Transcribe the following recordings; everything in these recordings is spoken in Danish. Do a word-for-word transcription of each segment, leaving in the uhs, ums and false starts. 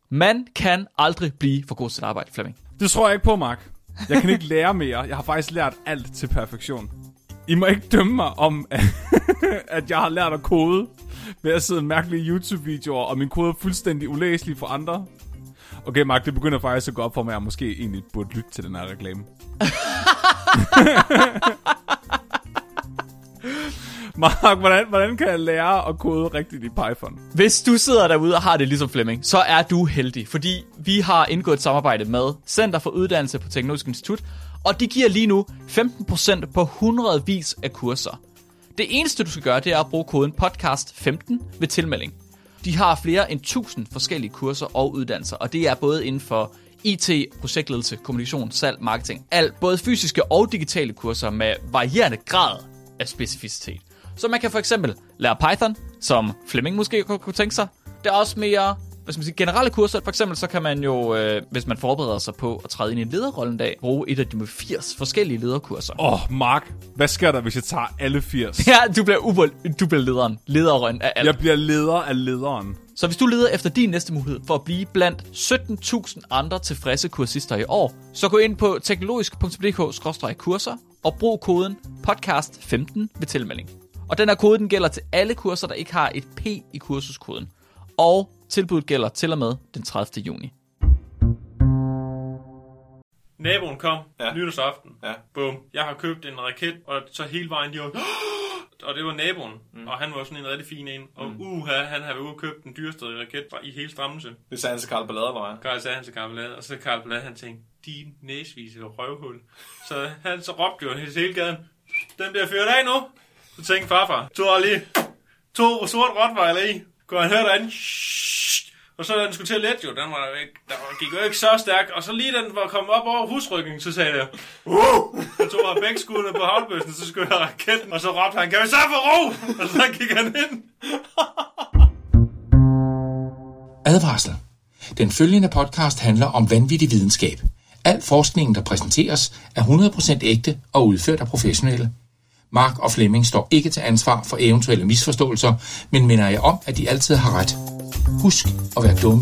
Man kan aldrig blive for god til at arbejde, Flemming. Det tror jeg ikke på, Mark. Jeg kan ikke lære mere. Jeg har faktisk lært alt til perfektion. I må ikke dømme mig om, at jeg har lært at kode ved at sidde mærkelige YouTube-videoer, og min kode er fuldstændig ulæselig for andre. Okay, Mark, det begynder faktisk at gå op for mig, at jeg måske egentlig burde lytte til den her reklame. Mark, hvordan, hvordan kan jeg lære at kode rigtigt i Python? Hvis du sidder derude og har det ligesom Flemming, så er du heldig, fordi vi har indgået et samarbejde med Center for Uddannelse på Teknologisk Institut, og de giver lige nu femten procent på hundredvis af kurser. Det eneste, du skal gøre, det er at bruge koden podcast femten ved tilmelding. De har flere end tusind forskellige kurser og uddannelser, og det er både inden for I T, projektledelse, kommunikation, salg, marketing, alt, både fysiske og digitale kurser med varierende grad af specificitet. Så man kan for eksempel lære Python, som Flemming måske kunne tænke sig. Der er også mere, hvad skal man sige, generelle kurser. For eksempel så kan man jo, øh, hvis man forbereder sig på at træde ind i en lederrolle en dag, bruge et af de firs forskellige lederkurser. Åh, oh, Mark, hvad sker der, hvis jeg tager alle firs? Ja, du bliver, ubo- du bliver lederen. Lederen af alt. Jeg bliver leder af lederen. Så hvis du leder efter din næste mulighed for at blive blandt sytten tusind andre tilfredse kursister i år, så gå ind på teknologisk punktum d k skråstreg kurser og brug koden podcast femten ved tilmelding. Og den her kode, den gælder til alle kurser, der ikke har et P i kursuskoden. Og tilbuddet gælder til og med den tredivte juni. Naboen kom, ja. nytårsaften, ja. Bum. Jeg har købt en raket, og så hele vejen, de var... Og det var naboen, mm. og han var sådan en rigtig fin en. Og mm. uha, han havde ude og købt den dyreste raket i hele Strammelse. Det sagde han til Karl Ballade, eller hvad? Karl sagde han til Karl Ballade, og så Karl Ballade, han tænkte, din næsvise røvhul. Så han så råbte jo hele gaden, den bliver fyret af nu. Så tænkte farfar, tog lige to sort rottweiler i. Kunne han høre derinde, og så da den skulle til at lette jo, den var der, ikke, der gik jo ikke så stærk. Og så lige den var kommet op over husrykningen, så sagde jeg, uh! Så tog han begge skuddene på havlbøssen, så skulle jeg raketten, og så råbte han, kan vi så få ro? Og så gik han ind. Advarsel. Den følgende podcast handler om vanvittig videnskab. Al forskningen, der præsenteres, er hundrede procent ægte og udført af professionelle. Mark og Flemming står ikke til ansvar for eventuelle misforståelser, men minder jer om, at de altid har ret. Husk at være dumme.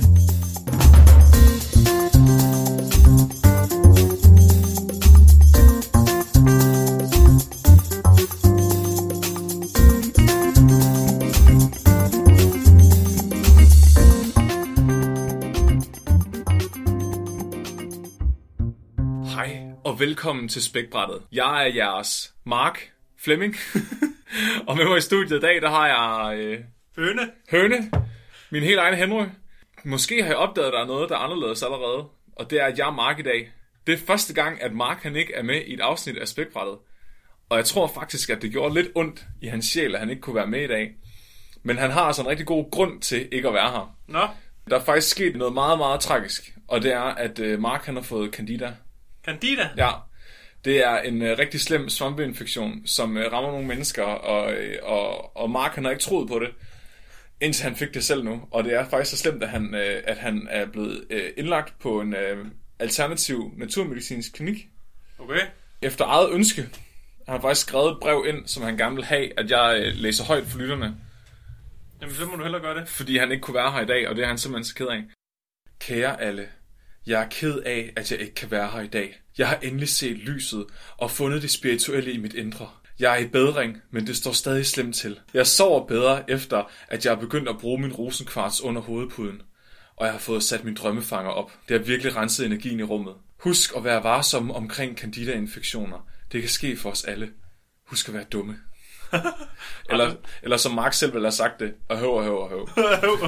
Hej og velkommen til Spækbrættet. Jeg er jeres Mark Flemming, og med mig i studiet i dag, der har jeg... Øh, Høne. Høne. Min helt egen Henry. Måske har jeg opdaget, at der er noget, der er anderledes allerede. Og det er, at jeg er Mark i dag. Det er første gang, at Mark han ikke er med i et afsnit af Spækbrættet. Og jeg tror faktisk, at det gjorde lidt ondt i hans sjæl, at han ikke kunne være med i dag. Men han har altså en rigtig god grund til ikke at være her. Nå. Der er faktisk sket noget meget, meget tragisk. Og det er, at Mark han har fået candida. Candida? Ja. Det er en øh, rigtig slem svampeinfektion, som øh, rammer nogle mennesker, og, øh, og, og Mark han har ikke troet på det, indtil han fik det selv nu. Og det er faktisk så slemt, at han, øh, at han er blevet øh, indlagt på en øh, alternativ naturmedicinsk klinik. Okay. Efter eget ønske. Han har faktisk skrevet et brev ind, som han gerne vil have, at jeg øh, læser højt for lytterne. Jamen, så må du hellere gøre det. Fordi han ikke kunne være her i dag, og det er han simpelthen så ked af. Kære alle. Jeg er ked af, at jeg ikke kan være her i dag. Jeg har endelig set lyset og fundet det spirituelle i mit indre. Jeg er i bedring, men det står stadig slemt til. Jeg sover bedre efter, at jeg er begyndt at bruge min rosenkvarts under hovedpuden. Og jeg har fået sat min drømmefanger op. Det har virkelig renset energien i rummet. Husk at være varsom omkring candida-infektioner. Det kan ske for os alle. Husk at være dumme. eller, eller som Mark selv ville have sagt det. Og høv og høv og høv.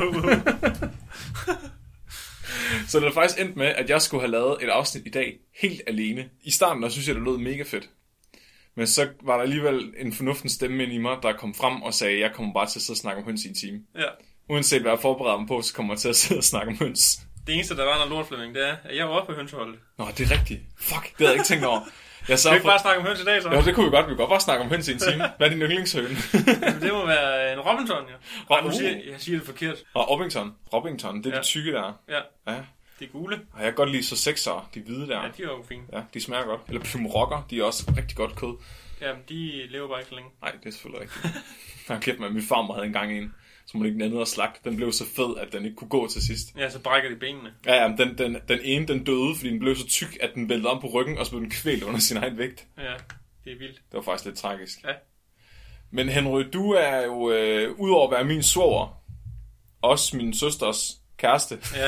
Så det er faktisk endt med, at jeg skulle have lavet et afsnit i dag helt alene. I starten der synes jeg, det lød mega fedt. Men så var der alligevel en fornuftens stemme ind i mig, der kom frem og sagde, at jeg kommer bare til at sidde og snakke om høns i en time. Ja. Uanset hvad jeg forbereder mig på, så kommer jeg til at sidde og snakke om høns. Det eneste, der var noget lort, Flemming, det er, at jeg var oppe på hønseholdet. Nå, det er rigtigt. Fuck, det havde jeg ikke tænkt over. Jeg Skal vi ikke for... bare snakke om høns i dag, så? Jo, det kunne vi godt. Vi kunne godt bare snakke om høns i en time. Hvad er din yndlingshøne? Det må være en Robinson, ja. Ro- uh. siger, jeg siger det forkert. Og Robinson. Robinson, det er ja. De tykke der. Ja. Ja. De er gule. Og jeg kan godt lide så sekser, de hvide der. Ja, de er jo fine. Ja, de smager godt. Eller Plumrocker, de er også rigtig godt kød. Ja, de lever bare ikke så længe. Nej, det er selvfølgelig rigtigt. Jeg har kæft med, at min farmor havde engang en. så må den ikke nænde og slagte. Den blev så fed, at den ikke kunne gå til sidst. Ja, så brækker de benene. Ja, ja, den, den, den ene, den døde, fordi den blev så tyk, at den væltede om på ryggen, og så blev den kvælt under sin egen vægt. Ja, det er vildt. Det var faktisk lidt tragisk. Ja. Men Henry, du er jo, øh, udover at være min svoger, også min søsters kæreste. Ja.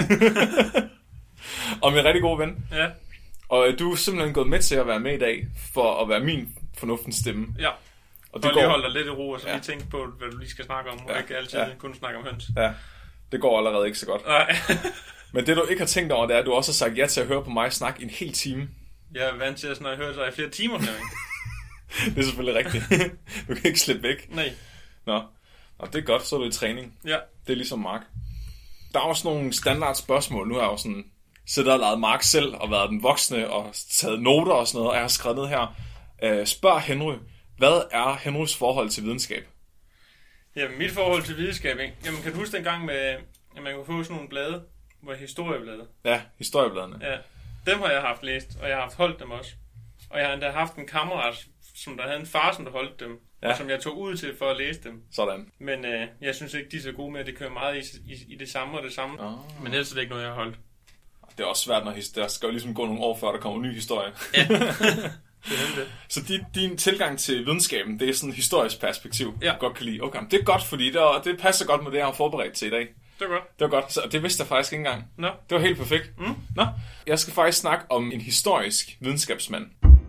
Og min rigtig gode ven. Ja. Og øh, du er simpelthen gået med til at være med i dag, for at være min fornuftens stemme. Ja. Og det det lige går... holde dig lidt i ro, og så Ja. lige tænke på, hvad du lige skal snakke om, og Ja. ikke altid Ja. kun snakke om høns. Ja, det går allerede ikke så godt. Nej. Men det du ikke har tænkt over, det er, at du også har sagt ja til at høre på mig snakke en hel time. Jeg er vant til at sådan, høre sig i flere timer. Det er selvfølgelig rigtigt. Du kan ikke slippe væk. Nej. Nå. Nå, det er godt, så er du i træning. Ja. Det er ligesom Mark. Der er også nogle standard spørgsmål. Nu har jeg jo sådan siddet og lavet Mark selv, og været den voksne, og taget noter og sådan noget, og jeg har skrevet ned her. Uh, spørg Henry, hvad er Henrys forhold til videnskab? Jamen, mit forhold til videnskab, ikke? Jamen, kan du huske den gang med, at man kunne få sådan nogle blade, hvor historieblade? Ja, historiebladene. Ja. Dem har jeg haft læst, og jeg har haft holdt dem også. Og jeg har endda haft en kammerat, som der havde en far, som der holdt dem, Ja. og som jeg tog ud til for at læse dem. Sådan. Men øh, jeg synes ikke, de er så gode med, at det kører meget i, i, i det samme og det samme. Oh. Men ellers er det ikke noget, jeg har holdt. Det er også svært, når his- der skal jo ligesom gå nogle år, før der kommer en ny historie. Ja. Det er det. Så din, din tilgang til videnskaben, det er sådan et historisk perspektiv, Ja. du godt kan lide. Okay, det er godt, fordi det, var, det passer godt med det, jeg har forberedt til i dag. Det er godt. Det var godt, så det vidste jeg faktisk ikke engang. Nå. Det var helt perfekt. Mm. Nå, jeg skal faktisk snakke om en historisk videnskabsmand.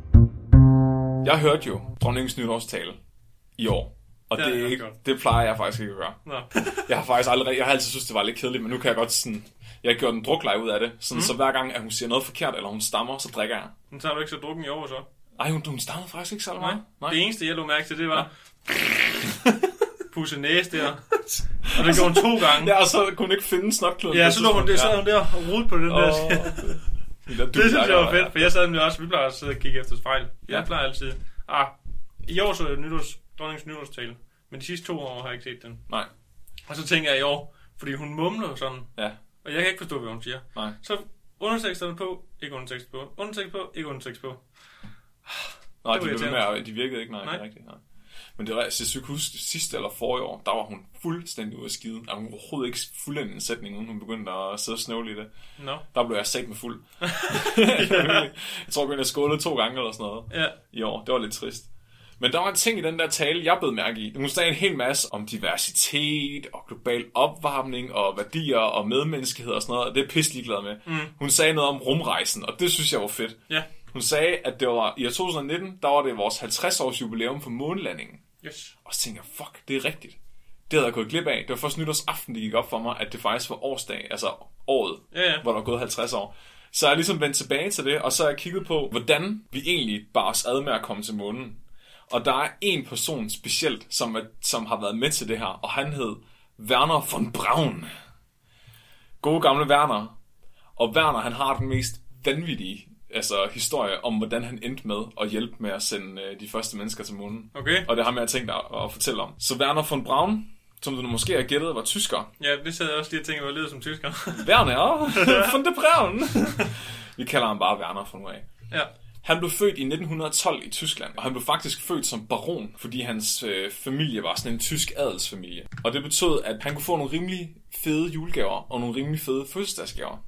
Jeg hørte jo dronningens nytårstale i år. Og Det det, har det, jeg ikke, godt. det plejer jeg faktisk ikke at gøre. Nå. Jeg har faktisk aldrig, jeg har altid synes det var lidt kedeligt, men nu kan jeg godt sådan, jeg har gjort en drukleje ud af det, sådan, mm. så hver gang, at hun siger noget forkert, eller hun stammer, så drikker jeg. Men så har du ikke så drukken i år, så? Ej, hun, hun stammede faktisk ikke så meget. Nej. Det eneste, jeg lå mærke til, det var pusse næse der. Og det gjorde hun to gange. Ja, og så kunne hun ikke finde snotkluden. Ja, så lå hun, det, sad hun der og rodede på den Oh, der. det, Det synes jeg var fedt, for jeg sad nemlig også, vi plejer at sidde og kigge efter fejl. Jeg Ja. plejer altid. Ah, i år så jeg nytårs, dronningens nytårstale, men de sidste to år har jeg ikke set den. Nej. Og så tænker jeg i år, fordi hun mumler jo sådan, Ja. og jeg kan ikke forstå, hvad hun siger. Nej. Så underteksterne på, ikke undertekst på, undertekst på, ikke undertekst på. Nej, Det de, var blev irriterende. med, de virkede ikke, nej, Nej. nej. Rigtigt, nej. Men det var, altså, jeg kan huske, sidste eller forrige år, der var hun fuldstændig ude af skide. Der var hun overhovedet ikke fuldendt en sætning, uden hun begyndte at sidde og snøvle i det. Nå. Der blev jeg sat med fuld. Jeg tror, jeg skålede to gange eller sådan noget Ja. i år. Det var lidt trist. Men der var en ting i den der tale, jeg bed mærke i. Hun sagde en hel masse om diversitet og global opvarmning og værdier og medmenneskelighed og sådan noget. Og det er jeg pisse ligeglad med. Mm. Hun sagde noget om rumrejsen, og det synes jeg var fedt. Ja. Hun sagde, at det var i to tusind nitten, der var det vores halvtreds års jubilæum for månelandingen. Yes. Og så tænkte jeg, fuck, det er rigtigt. Det havde jeg gået glip af. Det var først nytårsaften, det gik op for mig, at det faktisk var årsdag, altså året, Ja, ja. hvor der var gået halvtreds år. Så jeg er ligesom vendt tilbage til det, og så har jeg kigget på, hvordan vi egentlig bar os ad med at komme til månen. Og der er en person specielt, som, er, som har været med til det her, og han hed Werner von Braun. Gode gamle Werner. Og Werner, han har den mest vanvittige altså, historie om, hvordan han endte med at hjælpe med at sende øh, de første mennesker til månen. Okay. Og det har jeg tænkt at, at fortælle om. Så Werner von Braun, som du måske har gættet, var tysker. Ja, det sad jeg også lige og tænkte, at jeg var ledet som tysker. Werner von der Braun. Vi kalder ham bare Werner fra nu af. Ja. Han blev født i nitten tolv i Tyskland, og han blev faktisk født som baron, fordi hans øh, familie var sådan en tysk adelsfamilie. Og det betød, at han kunne få nogle rimelig fede julegaver og nogle rimelig fede fødselsdagsgaver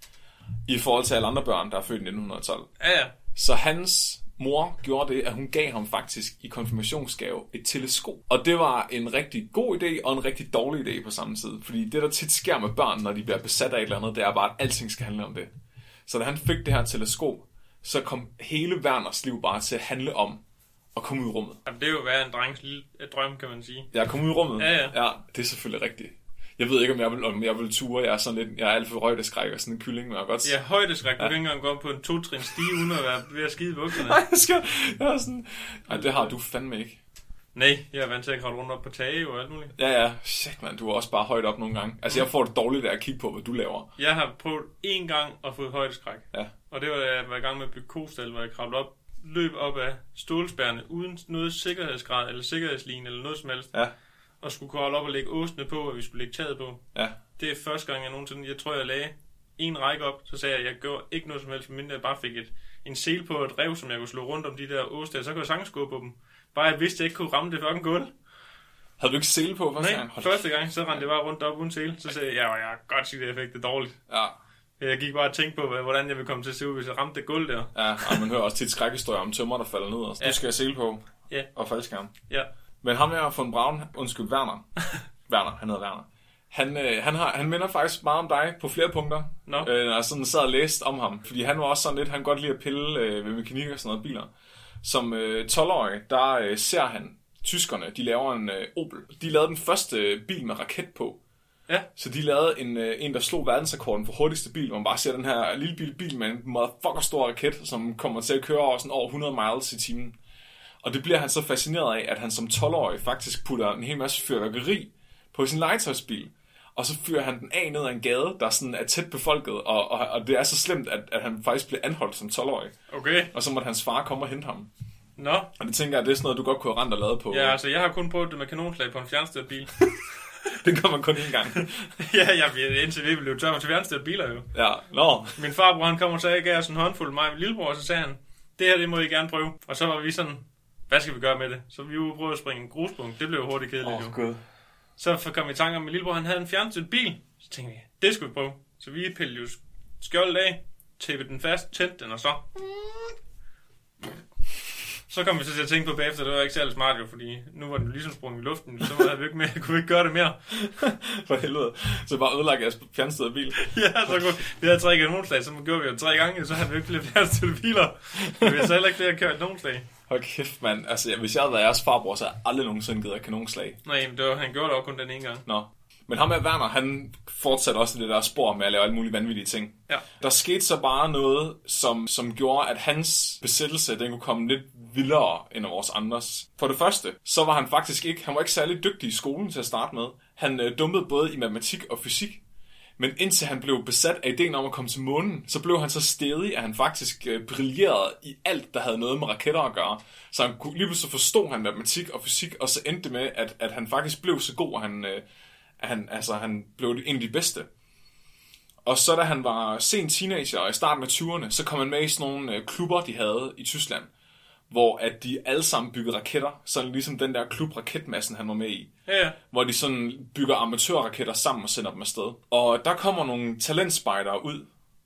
i forhold til alle andre børn, der er født i nitten tolv. Ja, ja. Så hans mor gjorde det, at hun gav ham faktisk i konfirmationsgave et teleskop. Og det var en rigtig god idé og en rigtig dårlig idé på samme tid. Fordi det, der tit sker med børn, når de bliver besat af et eller andet, det er bare, at alting skal handle om det. Så da han fik det her teleskop, så kom hele Werners liv bare til at handle om at komme ud i rummet. Jamen, det er jo været en drengs lille drøm, kan man sige. Jeg kom ud i rummet. Ja, ja. Ja, det er selvfølgelig rigtigt. Jeg ved ikke, om jeg vil, om jeg vil ture. Jeg er sådan lidt, jeg er alt for højdeskræk og sådan en kylling, men jeg godt... Ja, højdeskræk. Du kan ikke engang gå op på en to-trin stige, uden at være ved at skide i bukserne. Nej, jeg skal... Jeg er sådan... Ej, det har du fandme ikke. Nej, jeg er vant til at kravle rundt op på tage og alt muligt. Ja, ja. Shit, man. Du er også bare højt op nogle gange. Altså, jeg får det dårligt af at kigge på, hvad du laver. Jeg har prøvet én gang at få højdeskræk. Ja. Og det var, da jeg var i gang med at bygge kostal, hvor jeg kravlede op, løb op af stålspærrene, uden noget sikkerhedsgrad eller sikkerhedsline eller noget som helst. Ja. Og skulle kravle op og lægge åsene på, og vi skulle lægge taget på. Ja. Det er første gang, jeg nogensinde, jeg tror, jeg lagde en række op, så sagde jeg, at jeg gjorde ikke noget som helst, mindre jeg bare fik et, en sel på et rev, som jeg kunne slå rundt om de der ås der, så kunne jeg sagtens gå på dem. Bare jeg vidste, at jeg ikke kunne ramme det fucking gulv. Havde du ikke sele på første Nej, gang? Hold første gang, så rendte det bare rundt op uden sele. Så sagde jeg, ja, jeg kan godt sige, at jeg fik det dårligt. Ja. Jeg gik bare og tænkte på, hvordan jeg ville komme til at se ud, hvis jeg ramte det gulv der. Ja, og man hører også tit skrækhistorier om tømmer, der falder ned. Og så. Ja. Du skal have sele på. Ja. Og faldskærm. Ja. Men ham der von Braun, undskyld, Werner. Werner, han hedder Werner. Han, øh, han, har, han minder faktisk meget om dig på flere punkter. No. Øh, når jeg sådan sad og læste om ham. Fordi han var også sådan lidt, han godt lide at pille øh, ved mekanik og sådan noget biler. Som øh, tolv-årig, der øh, ser han tyskerne, de laver en øh, Opel. De lavede den første øh, bil med raket på. Ja. Så de lavede en, øh, en der slog verdensrekorden for hurtigste bil, hvor man bare ser den her lille bil, bil med en motherfucker stor raket, som kommer til at køre over, sådan over hundrede miles i timen. Og det bliver han så fascineret af, at han som tolv-årig faktisk putter en hel masse fyrværkeri på sin legetøjsbil. Og så fyrer han den af ned ad en gade, der sådan er tæt befolket, og, og, og det er så slemt, at, at han faktisk bliver anholdt som tolv-årig. Okay. Og så måtte hans far komme og hente ham. Nå. Og det tænker jeg, det er sådan noget, du godt kunne have rent og lavet på. Ja, altså jeg har kun prøvet det med kanonslag på en fjernstyret bil. Det gør man kun én gang. Ja, jeg indtil vi blev tør med til fjernstyret biler jo. Ja, nå. Min farbror, han kom og sagde, at jeg gav os en håndfuld af mig og min lillebror, og så sagde han, det her, det må I gerne prøve. Og så var vi sådan, hvad skal vi gøre med det? Så vi jo prøvede at springe en gruspunkt. Det blev jo hurtigt kedeligt. Åh, oh, Gud. Så kom vi i tanke om, at min lillebror, han havde en fjernstyret bil. Så tænkte vi, det skulle vi prøve. Så vi pillede jo skjoldet af, tæppede den fast, tændte den, og så... Så kom vi så til at tænke på bagefter, det var ikke særlig smart jo, fordi nu var den ligesom sprunget i luften, så havde vi ikke mere, kunne vi ikke gøre det mere. For helvede. Så bare ødelagde jeres fjernstyrede bil. Ja, så kunne, vi havde tre kanonslag, så gjorde vi jo tre gange, så havde vi ikke flere fjernstyrede biler. Men vi havde så heller ikke flere kørt kanonslag. Hold kæft, mand. Altså, hvis jeg havde været jeres farbror, så havde jeg aldrig nogensinde givet af kanonslag. Nej, men det var, han gjorde det også kun den ene gang. Nå. Men ham med Werner, han fortsatte også det der spor med at lave alle mulige vanvittige ting. Ja. Der skete så bare noget, som, som gjorde, at hans besættelse, den kunne komme lidt vildere end vores andres. For det første, så var han faktisk ikke, han var ikke særlig dygtig i skolen til at starte med. Han øh, dumpede både i matematik og fysik. Men indtil han blev besat af ideen om at komme til månen, så blev han så stædig, at han faktisk øh, brillerede i alt, der havde noget med raketter at gøre. Så han kunne, lige pludselig forstod han matematik og fysik, og så endte det med, at, at han faktisk blev så god, at han... Øh, Han, altså, han blev en af de bedste. Og så da han var sen teenager og i starten af tyverne, så kom han med i sådan nogle øh, klubber, de havde i Tyskland, hvor at de alle sammen byggede raketter, sådan ligesom den der klub Raketmassen, han var med i. Ja, ja. Hvor de sådan bygger amatørraketter sammen og sender dem afsted. Og der kommer nogle talentspejdere ud,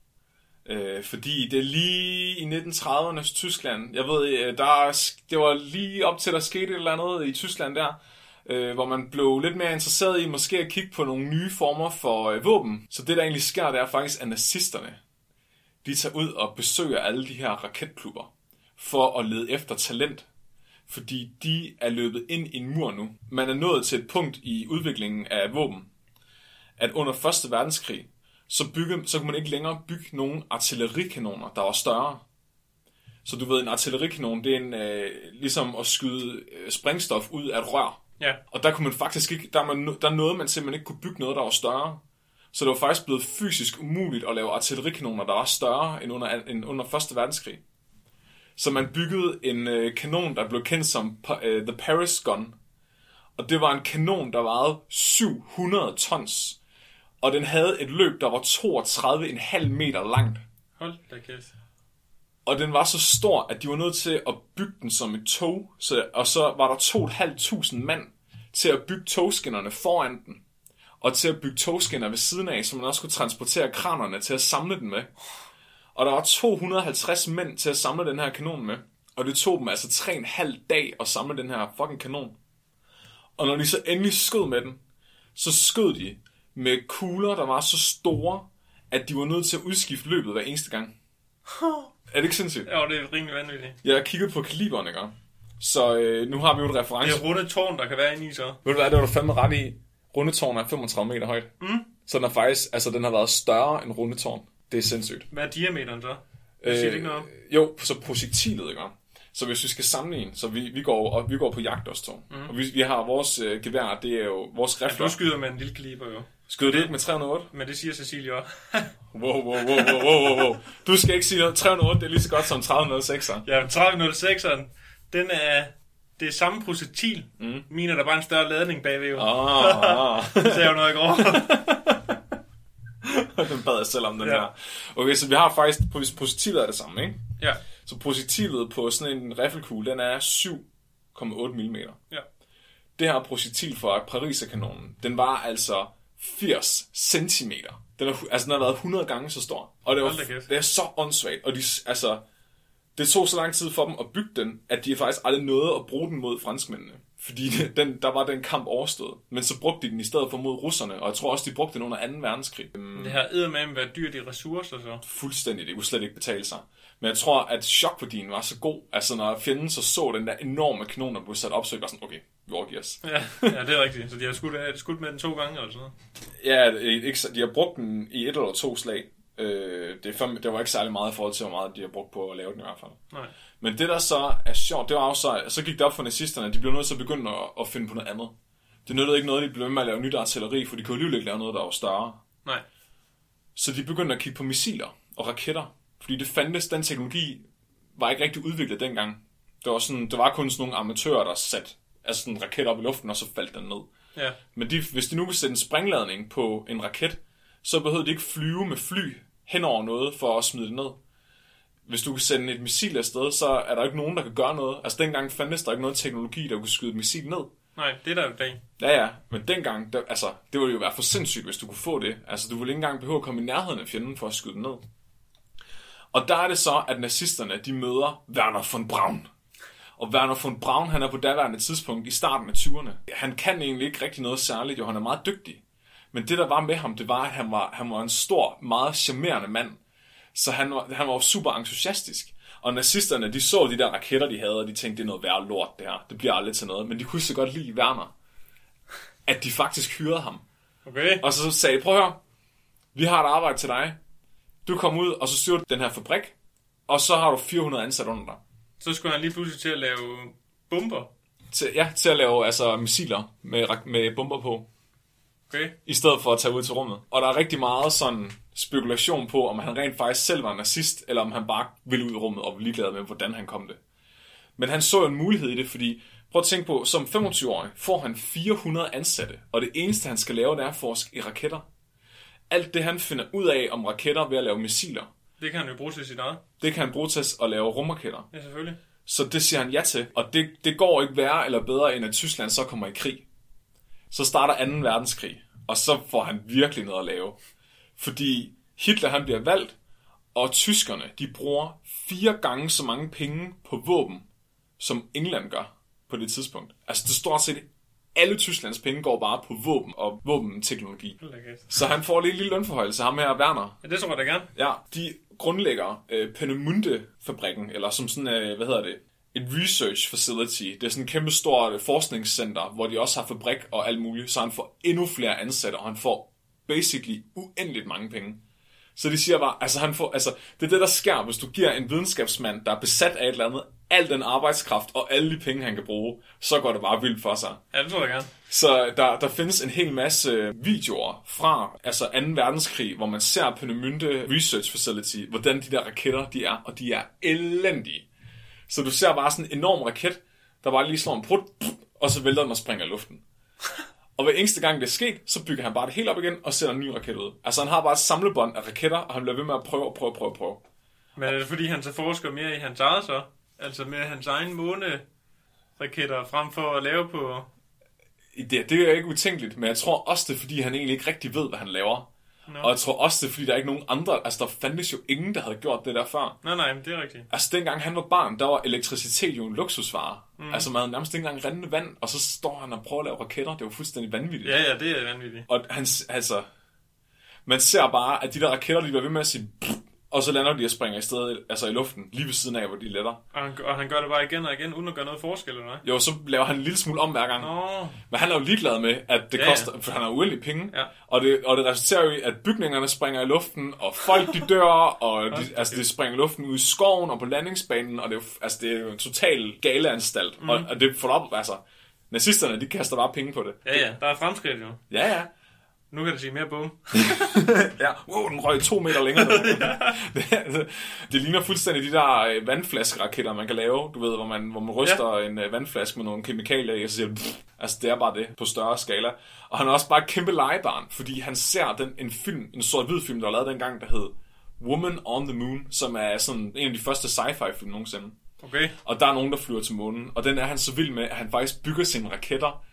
øh, fordi det er lige i nitten tredivernes Tyskland. Jeg ved, der, det var lige op til, der skete et eller andet i Tyskland der, Øh, hvor man blev lidt mere interesseret i måske at kigge på nogle nye former for øh, våben. Så det, der egentlig sker, det er faktisk, at nazisterne, de tager ud og besøger alle de her raketklubber for at lede efter talent. Fordi de er løbet ind i en mur nu. Man er nået til et punkt i udviklingen af våben, at under første verdenskrig, så, bygge, så kunne man ikke længere bygge nogen artillerikanoner, der var større. Så du ved, en artillerikanon, det er en, øh, ligesom at skyde øh, sprængstof ud af et rør. Ja. Og der kunne man faktisk ikke, der, man, der nåede man simpelthen ikke kunne bygge noget, der var større. Så det var faktisk blevet fysisk umuligt at lave artillerikanoner, der var større end under, end under første verdenskrig. Så man byggede en øh, kanon, der blev kendt som øh, The Paris Gun. Og det var en kanon, der vejede syv hundrede tons. Og den havde et løb, der var toogtredive komma fem meter langt. Hold da kæft. Og den var så stor, at de var nødt til at bygge den som et tog. Så, og så var der to tusind fem hundrede mand til at bygge togskinnerne foran den. Og til at bygge togskinner ved siden af, så man også kunne transportere kranerne til at samle den med. Og der var to hundrede og halvtreds mænd til at samle den her kanon med. Og det tog dem altså tre og en halv dag at samle den her fucking kanon. Og når de så endelig skød med den, så skød de med kugler, der var så store, at de var nødt til at udskifte løbet hver eneste gang. Er det ikke sindssygt? Ja, det er rimelig vanvittigt. Jeg har kigget på kaliberen, ikke? Så øh, nu har vi jo et reference. Det er runde tårn, der kan være inde i så. Ved du hvad, det var du fandme ret i. Rundetårn er femogtredive meter højt. Mm. Så den er faktisk, altså den har været større end Rundetårn. Det er sindssygt. Hvad er diameteren så? Det siger det ikke noget om? Jo, så projektilet, ikke? Så hvis vi skal sammenligne, så vi, vi, går, og vi går på jagt også, to. Mm. Og vi, vi har vores øh, gevær, det er jo vores rifler. Ja, du skyder med en lille kaliber, jo. Skyder du ikke med tre hundrede og otte? Men det siger Cecilie også. wow, wow, wow, wow, wow, wow. Du skal ikke sige noget. tre hundrede og otte, det er lige så godt som tredive nul seks. Ja, tredive nul seks'eren, den er det er samme projektil. Mm. Min er der bare en større ladning bagved, jo. Ah, ah. Det ser jo noget i går. Den bad jeg selv om, den ja. her. Okay, så vi har faktisk, projektilet er det samme, ikke? Ja. Så projektilet på sådan en riffelkugle, den er syv komma otte millimeter. Ja. det her projektil fra Pariserkanonen, den var altså firs centimeter. Den, er, altså, den har været hundrede gange så stor. Og det, var, det er så åndssvagt. Og de, altså, det tog så lang tid for dem at bygge den, at de faktisk aldrig nåede at bruge den mod franskmændene. Fordi den, der var den kamp overstået. Men så brugte de den i stedet for mod russerne. Og jeg tror også, de brugte den under anden verdenskrig. Det har eddermame været dyrt i ressourcer så. Fuldstændig. Det kunne slet ikke betale sig. Men jeg tror, at chokværdien var så god. Altså, når fjenden så så den der enorme kanon, der blev sat op, så var sådan, okay, vi overgiver os. Ja, ja, det er rigtigt. Så de har skudt, skudt med den to gange eller sådan noget? Ja, ikke, de har brugt den i et eller to slag. Øh, det, fem, det var ikke særlig meget i forhold til, hvor meget de har brugt på at lave den i hvert fald. Nej. Men det, der så er sjovt, det var også så, så gik det op for nazisterne, at de blev nødt til at begynde at, at finde på noget andet. Det nyttede ikke noget, de blev ved med at lave nyt artilleri, for de kunne alligevel ikke lave noget, der var større. Nej. Så de begyndte at kigge på missiler og raketter. Fordi det fandtes, den teknologi var ikke rigtig udviklet dengang. Det var, sådan, det var kun sådan nogle amatører, der satte altså sådan en raket op i luften, og så faldt den ned. Ja. Men de, hvis de nu vil sætte en sprængladning på en raket, så behøvede de ikke flyve med fly hen over noget for at smide det ned. Hvis du kan sende et missil afsted, så er der ikke nogen, der kan gøre noget. Altså dengang fandtes der ikke noget teknologi, der kunne skyde et missil ned. Nej, det er der jo dag. Ja, ja. Men dengang, der, altså, det ville jo være for sindssygt, hvis du kunne få det. Altså, du ville ikke engang behøve at komme i nærheden af fjenden for at skyde den ned. Og der er det så, at nazisterne, de møder Werner von Braun. Og Werner von Braun, han er på daværende tidspunkt i starten af tyverne. Han kan egentlig ikke rigtig noget særligt, jo han er meget dygtig. Men det, der var med ham, det var, at han var, han var en stor, meget charmerende mand. Så han var, han var super entusiastisk. Og nazisterne, de så de der raketter, de havde, og de tænkte, det er noget værre lort, det her. Det bliver aldrig til noget. Men de kunne så godt lide Werner, at de faktisk hyrede ham. Okay. Og så sagde de, prøv at høre, vi har et arbejde til dig. Du kommer ud, og så styrer du den her fabrik, og så har du fire hundrede ansat under dig. Så skulle han lige pludselig til at lave bomber? Til, ja, til at lave altså, missiler med, med bomber på. Okay. I stedet for at tage ud til rummet. Og der er rigtig meget sådan spekulation på, om han rent faktisk selv var nazist, eller om han bare ville ud i rummet og var ligeglad med, hvordan han kom det. Men han så jo en mulighed i det, fordi prøv at tænke på, som femogtyve-årig får han fire hundrede ansatte, og det eneste han skal lave, det er at forske i raketter. Alt det han finder ud af om raketter ved at lave missiler, det kan han jo bruge til sit eget. det kan han bruge til at lave rumraketter. Ja, selvfølgelig. Så det siger han ja til, og det, det går ikke værre eller bedre, end at Tyskland så kommer i krig. Så starter anden verdenskrig, og så får han virkelig noget at lave. Fordi Hitler han bliver valgt, og tyskerne de bruger fire gange så mange penge på våben, som England gør på det tidspunkt. Altså det stort set alle Tysklands penge går bare på våben og våbenteknologi. Så han får lige en lille lønforhøjelse, ham her Werner. Ja, det tror jeg da gerne. Ja, de grundlægger øh, Peenemünde-fabrikken, eller som sådan, øh, hvad hedder det, et research facility. Det er sådan et kæmpe stort forskningscenter, hvor de også har fabrik og alt muligt, så han får endnu flere ansatte, og han får basically uendeligt mange penge. Så de siger bare, altså han får, altså det er det, der sker, hvis du giver en videnskabsmand, der er besat af et eller andet, al den arbejdskraft og alle de penge, han kan bruge, så går det bare vildt for sig. Ja, det tror jeg gerne. Så der, der findes en hel masse videoer fra altså anden verdenskrig, hvor man ser Peenemünde Research Facility, hvordan de der raketter, de er, og de er elendige. Så du ser bare sådan en enorm raket, der bare lige slår en prut, og så vælter den og springer i luften. Og hver eneste gang det er sket, så bygger han bare det hele op igen og sætter en ny raket ud. Altså han har bare et samlebånd af raketter, og han bliver ved med at prøve, prøve, prøve, prøve. Men er det fordi, han så forsker mere i hans eget så? Altså med hans egen måneraketter, frem for at lave på... Det, det er ikke utænkeligt, men jeg tror også, det er fordi, han egentlig ikke rigtig ved, hvad han laver. No. Og jeg tror også, det er fordi, der er ikke nogen andre... Altså der fandtes jo ingen, der havde gjort det der før. Nej, nej, men det er rigtigt. Altså dengang han var barn, der var elektricitet jo en luksusvare. Mm. Altså man havde nærmest ikke engang rendende vand, og så står han og prøver at lave raketter. Det var fuldstændig vanvittigt. Ja, ja, det er vanvittigt. Og han, altså... Man ser bare, at de der raketter, de bliver ved med at sige... Og så lander de og springer i stedet, altså i luften, lige ved siden af, hvor de letter. Og han, og han gør det bare igen og igen, uden at gøre noget forskel, eller hvad? Jo, så laver han en lille smule om hver gang. Nå. Men han er jo ligeglad med, at det ja, koster, ja. for han har uendelige penge. Ja. Og, det, og det resulterer jo i, at bygningerne springer i luften, og folk de dør, og de, altså, de springer i luften ud i skoven og på landingsbanen, og det er jo, altså, det er jo en total galeanstalt. Mm. Og, og det får op, altså, nazisterne, de kaster bare penge på det. Ja, ja, der er fremskridt jo. Ja, ja. Nu kan det sige mere bum. Ja, wow, den røg to meter længere. Ja. det, det ligner fuldstændig de der vandflaskeraketter, man kan lave, du ved, hvor man, hvor man ryster ja. en vandflaske med nogle kemikalier i, og så siger pff, altså det er bare det på større skala. Og han er også bare et kæmpe legebarn, fordi han ser den, en film, en sort-hvid film, der var lavet dengang, der hed Woman on the Moon, som er sådan en af de første sci-fi film nogensinde. Okay. Og der er nogen, der flyver til månen, og den er han så vild med, at han faktisk bygger sine raketter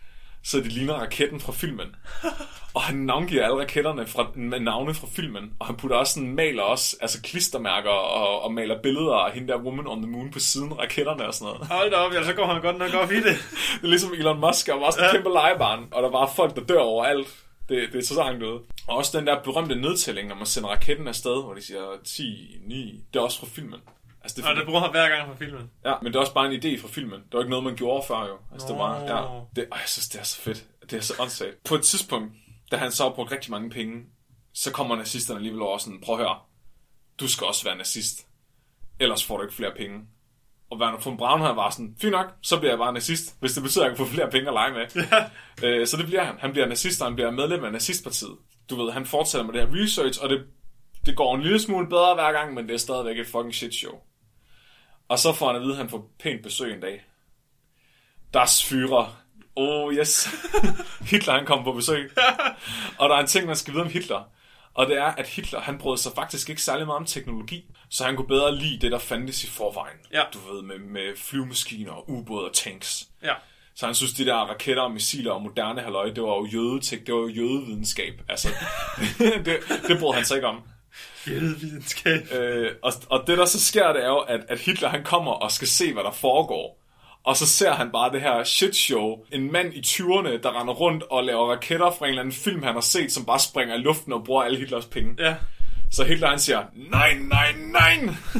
så de ligner raketten fra filmen. Og han navngiver alle raketterne fra, med navne fra filmen. Og han putter også sådan, maler også, altså klistermærker og, og maler billeder af hende der Woman on the Moon på siden af raketterne og sådan noget. Hold da op, ja, så går han godt nok op i det. Det er ligesom Elon Musk og var sådan en ja. kæmpe legebarn. Og der var folk, der dør overalt. Det, det er så langt ud. Og også den der berømte nedtælling, når man sender raketten afsted, hvor de siger ti, ni, det er også fra filmen. Altså, det, og det bruger han hver gang fra filmen. Ja, men det er også bare en idé fra filmen. Det var ikke noget, man gjorde før jo. Altså, det var, ja, det, øh, jeg synes, det er så fedt. Det er så åndssvagt. På et tidspunkt, da han så har brugt rigtig mange penge, så kommer nazisterne alligevel over sådan, prøv at høre, du skal også være nazist. Ellers får du ikke flere penge. Og Werner von Braun her var sådan, fint nok, så bliver jeg bare nazist, hvis det betyder, at jeg kan få flere penge at lege med. Ja. Øh, så det bliver han. Han bliver nazist, og han bliver medlem af nazistpartiet. Du ved, han fortsætter med det her research, og det, det går en lille smule bedre hver gang, men det er stadigvæk et fucking shit show. Og så får han at vide, at han får pænt besøg en dag. Das Führer. Oh yes. Hitler, han kommer på besøg. Og der er en ting, man skal vide om Hitler. Og det er, at Hitler, han brød sig faktisk ikke særlig meget om teknologi. Så han kunne bedre lide det, der fandtes i forvejen. Ja. Du ved, med, med flyvemaskiner, ubåde og tanks. Ja. Så han synes, de der raketter og missiler og moderne halløj, det var jo jødetek, det var jo jødevidenskab. Altså, det, det brød han sig ikke om. Jødevidenskab. Øh, og, og det, der så sker, det er jo, at, at Hitler, han kommer og skal se, hvad der foregår. Og så ser han bare det her shit show. En mand i tyverne, der render rundt og laver raketter fra en eller anden film, han har set, som bare springer i luften og bruger alle Hitlers penge. Ja. Så Hitler, han siger, nej, nej, nej.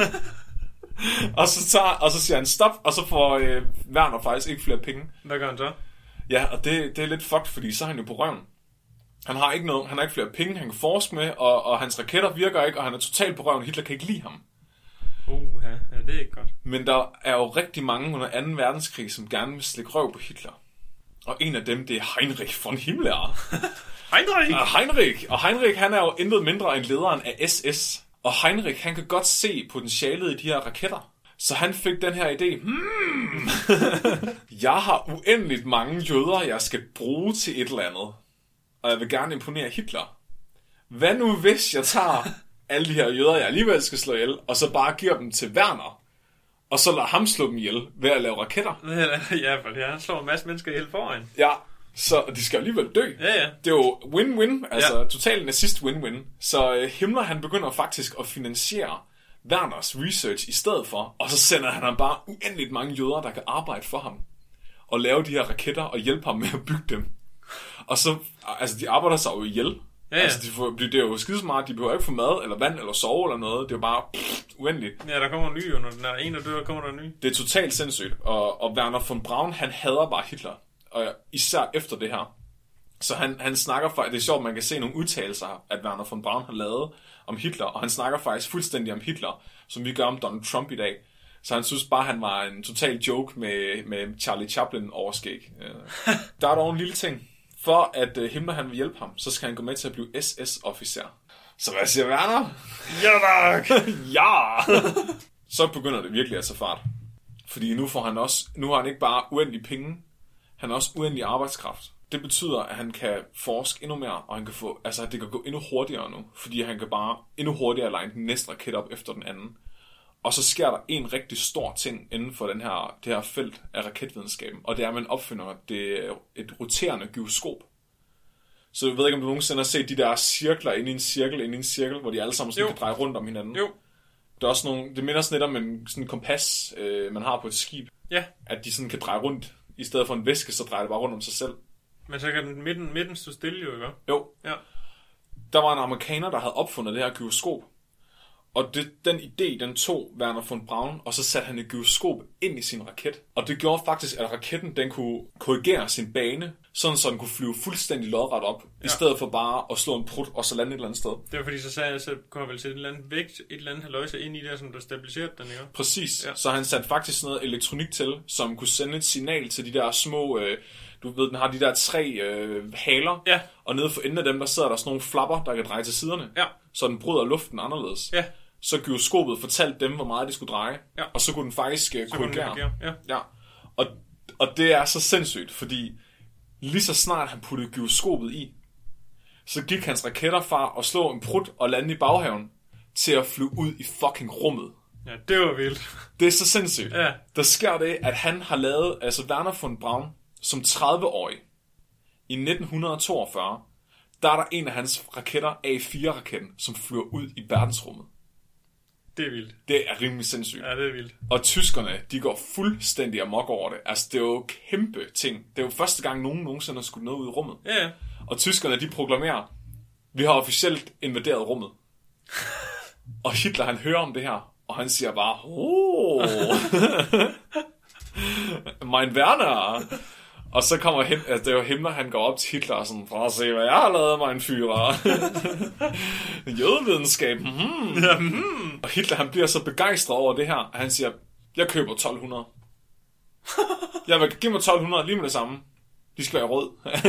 og, så tager, og så siger han stop, og så får øh, Werner faktisk ikke flere penge. Hvad gør han så? Ja, og det, det er lidt fucked, fordi så er han jo på røven. Han har ikke noget, han har ikke flere penge, han kan forske med, og, og hans raketter virker ikke, og han er totalt på røven. Hitler kan ikke lide ham. Uh, ja, ja, det er ikke godt. Men der er jo rigtig mange under anden verdenskrig, som gerne vil slikke røv på Hitler. Og en af dem, det er Heinrich von Himmler. Heinrich? Uh, Heinrich. Og Heinrich, han er jo intet mindre end lederen af S S. Og Heinrich, han kan godt se potentialet i de her raketter. Så han fik den her idé. Hmm. Jeg har uendeligt mange jøder, jeg skal bruge til et eller andet. Og jeg vil gerne imponere Hitler. Hvad nu hvis jeg tager alle de her jøder, jeg alligevel skal slå ihjel, og så bare giver dem til Werner, og så lader ham slå dem ihjel ved at lave raketter? Ja, for det, han slår en masse mennesker ihjel foran. Ja, så de skal alligevel dø. Ja, ja. Det er jo win-win, altså ja. Total nazist win-win. Så uh, Himmler, han begynder faktisk at finansiere Werners research i stedet for, og så sender han ham bare uendeligt mange jøder, der kan arbejde for ham, og lave de her raketter, og hjælpe ham med at bygge dem. Og så, altså de arbejder sig jo ihjel. Ja, ja. Altså, de får, det er jo skidesmart, de behøver ikke få mad, eller vand, eller sove, eller noget. Det er jo bare pff, uendeligt. Ja, der kommer en ny, og når der er en, der dør, kommer der en ny. Det er totalt sindssygt, og, og Werner von Braun, han hader bare Hitler. Og især efter det her. Så han, han snakker faktisk, det er sjovt, man kan se nogle udtalelser, at Werner von Braun har lavet om Hitler, og han snakker faktisk fuldstændig om Hitler, som vi gør om Donald Trump i dag. Så han synes bare, han var en total joke med, med Charlie Chaplin overskæg. Der er dog en lille ting. For at uh, Himmler han vil hjælpe ham, så skal han gå med til at blive S S-officer. Så hvad siger Werner? Ja, tak! Ja! Så begynder det virkelig at tage fart. Fordi nu får han også, nu har han ikke bare uendelig penge, han har også uendelig arbejdskraft. Det betyder, at han kan forske endnu mere, og han kan få, altså at det kan gå endnu hurtigere nu, fordi han kan bare endnu hurtigere line den næste raket op efter den anden. Og så sker der en rigtig stor ting inden for den her, det her felt af raketvidenskaben, og det er, at man opfinder det, et roterende gyroskop. Så jeg ved ikke, om du nogensinde har set de der cirkler inde i en cirkel, inde i en cirkel, hvor de alle sammen sådan kan dreje rundt om hinanden. Jo. Der er også nogle, det minder sådan lidt om en sådan kompas, øh, man har på et skib. Ja. At de sådan kan dreje rundt. I stedet for en væske, så drejer det bare rundt om sig selv. Men så kan den midten, midten stå stille jo, ikke? Jo. Ja. Der var en amerikaner, der havde opfundet det her gyroskop. Og det, den idé, den tog Werner von Braun, og så satte han et gyroskop ind i sin raket. Og det gjorde faktisk, at raketten den kunne korrigere sin bane, sådan så den kunne flyve fuldstændig lodret op, ja. I stedet for bare at slå en prut og så lande et eller andet sted. Det var fordi, så sagde jeg, så kunne jeg vel sætte et eller andet vægt, et eller andet haløjse ind i der, som der stabiliserede den, ikke? Præcis. Ja. Så han satte faktisk noget elektronik til, som kunne sende et signal til de der små... Øh, du ved, den har de der tre øh, haler, ja. Og nede for enden af dem, der sidder der sådan nogle flapper, der kan dreje til siderne, ja. Så den bryder luften anderledes. Ja. Så gyroskopet fortalte dem, hvor meget de skulle dreje, ja. Og så kunne den faktisk uh, korrigere. Ja. Ja. Og, og det er så sindssygt, fordi lige så snart han puttede gyroskopet i, så gik hans raketter fra at slå en prut og lande i baghaven, til at flyve ud i fucking rummet. Ja, det var vildt. Det er så sindssygt. Ja. Der sker det, at han har lavet, altså Werner von Braun, som tredive-årig, I nitten toogfyrre, der er der en af hans raketter, A fire-raketten, som flyver ud i verdensrummet. Det er vildt. Det er rimelig sindssygt. Ja, det er vildt. Og tyskerne, de går fuldstændig amok over det. Altså, det er jo kæmpe ting. Det er jo første gang, nogen nogensinde har skudt noget ud i rummet. Ja, ja. Og tyskerne, de proklamerer, vi har officielt invaderet rummet. Og Hitler, han hører om det her, og han siger bare, oh, mein Werner. Og så kommer Him- altså, det er jo Himmler, han går op til Hitler og sådan, for at se, hvad jeg har lavet, mein Führer. Jødevidenskab. Hmm. Ja, hmm. Og Hitler, han bliver så begejstret over det her, at han siger, jeg køber tolv hundrede. Jeg vil give mig tolv hundrede lige med det samme. De skal være rød.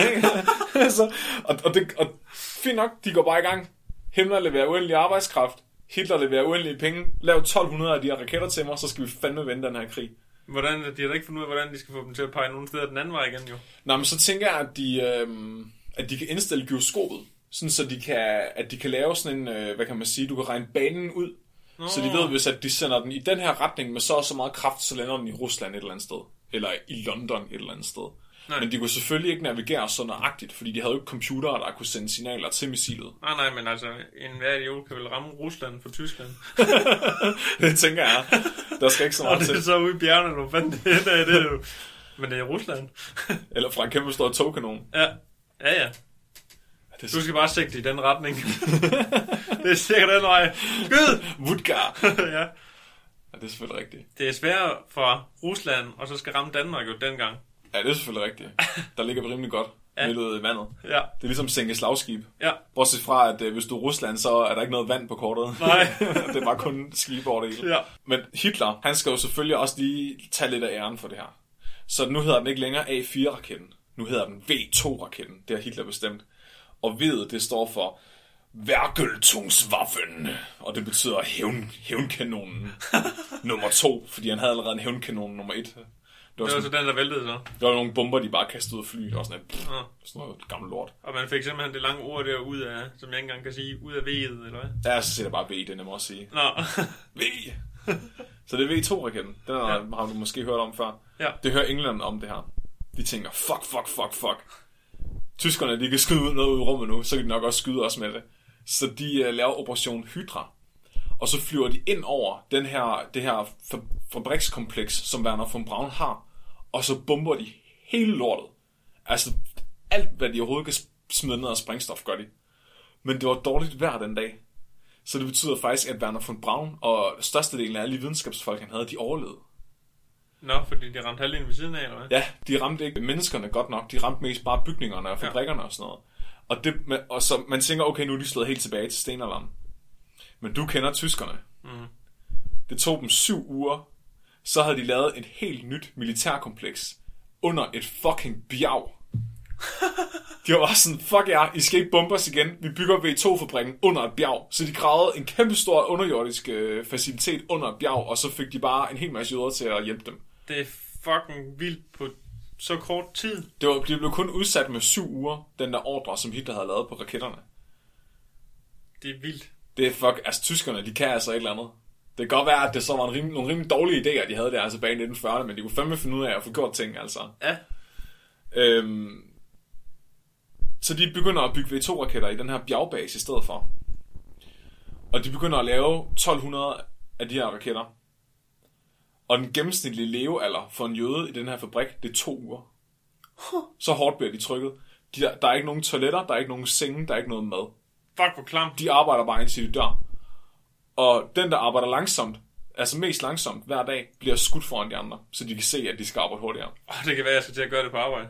så, og, og, det, og fint nok, de går bare i gang. Himmler leverer uendelig arbejdskraft. Hitler leverer uendelige penge. Lav tolv hundrede af de her raketter til mig, så skal vi fandme vende den her krig. Hvordan, de har da ikke fundet ud af, hvordan de skal få dem til at pege nogle steder den anden vej igen, jo. Nå, men så tænker jeg, at de, øh, at de kan indstille gyroskopet, sådan så de kan, at de kan lave sådan en, øh, hvad kan man sige, du kan regne banen ud, Nå. Så de ved, hvis at de sender den i den her retning med så og så meget kraft, så lander den i Rusland et eller andet sted, eller i London et eller andet sted. Nej. Men de kunne selvfølgelig ikke navigere så nøjagtigt, fordi de havde jo ikke computere, der kunne sende signaler til missilet. Nej, nej, men altså, en hver idiot kan vel ramme Rusland for Tyskland. Det tænker jeg. Der skal ikke så meget til. Og det er så ude i bjergene, hvor fanden det er, det er jo. Men det er Rusland. Eller fra en kæmpe stor togkanon. Ja, ja, ja. Du skal bare sigte i den retning. Det er sikkert den vej. Skyd! Vudgar! Ja. Ja, det er selvfølgelig rigtigt. Det er sværere fra Rusland, og så skal ramme Danmark jo dengang. Ja, det er selvfølgelig rigtigt. Der ligger vi rimelig godt ja. midt ude i vandet. Ja. Det er ligesom sænke slagskib. Ja. Bortset fra, at øh, hvis du er Rusland, så er der ikke noget vand på kortet. Nej. Det er bare kun skib over det hele. Ja. Men Hitler, han skal jo selvfølgelig også lige tage lidt af æren for det her. Så nu hedder den ikke længere A fire-raketten. Nu hedder den V to-raketten. Det har Hitler bestemt. Og V'et, det står for Werkeltungswaffen. Og det betyder hævn, hævnkanonen nummer to. Fordi han havde allerede en hævnkanon nummer et. Det var, det var så den, der væltede så. Der var nogle bomber, de bare kastede ud af flyet. Og sådan, et, pff, ja. sådan noget gammelt lort. Og man fik simpelthen det lange ord der ud af, som jeg ikke engang kan sige, ud af V'et, eller hvad? Ja, så siger der bare V, det er nemmere at sige. Nå. V! Så det er V to-raketten. Den har, ja. har du måske hørt om før. Ja. Det hører England om det her. De tænker, fuck, fuck, fuck, fuck. Tyskerne, de kan skyde ud noget ud i rummet nu, så kan de nok også skyde os med det. Så de uh, laver Operation Hydra. Og så flyver de ind over den her, det her fabrikskompleks, som Werner von Braun har. Og så bomber de hele lortet. Altså, alt hvad de overhovedet kan smide ned af sprængstof, gør de. Men det var dårligt vejr den dag. Så det betyder faktisk, at Werner von Braun og størstedelen af alle de videnskabsfolk, han havde, de overlevede. Nå, fordi de ramte halvdelen ved siden af, eller hvad? Ja, de ramte ikke menneskerne godt nok. De ramte mest bare bygningerne og fabrikkerne ja. og sådan noget. Og, det, og så man tænker, okay, nu er de slået helt tilbage til stenalderen. Men du kender tyskerne. Mm. Det tog dem syv uger. Så havde de lavet et helt nyt militærkompleks under et fucking bjerg. De var bare sådan, fuck jer, I skal ikke bombe os igen. Vi bygger V to-fabrikken under et bjerg. Så de gravede en kæmpe stor underjordisk øh, facilitet under et bjerg, og så fik de bare en hel masse jøder til at hjælpe dem. Det er fucking vildt på så kort tid. Det, var, det blev kun udsat med syv uger, den der ordre, som Hitler havde lavet på raketterne. Det er vildt. Det er fuck, altså tyskerne, de kan altså et eller andet. Det kan godt være, at det så var en rim, nogle rimelig dårlige idéer, de havde der altså bag i nitten fyrrerne, men de kunne fandme finde ud af at få gjort ting, altså. Ja. Øhm, så de begynder at bygge V to-raketter i den her bjergbase i stedet for. Og de begynder at lave tolv hundrede af de her raketter. Og den gennemsnitlige levealder for en jøde i den her fabrik, det er to uger. Så hårdt bliver de trykket. De, der er ikke nogen toiletter, der er ikke nogen senge, der er ikke noget mad. Fuck, hvor klamt. De arbejder bare indtil de dør. Og den, der arbejder langsomt, altså mest langsomt hver dag, bliver skudt foran de andre, så de kan se, at de skal arbejde hurtigere. Oh, det kan være, at jeg skal til at gøre det på arbejde.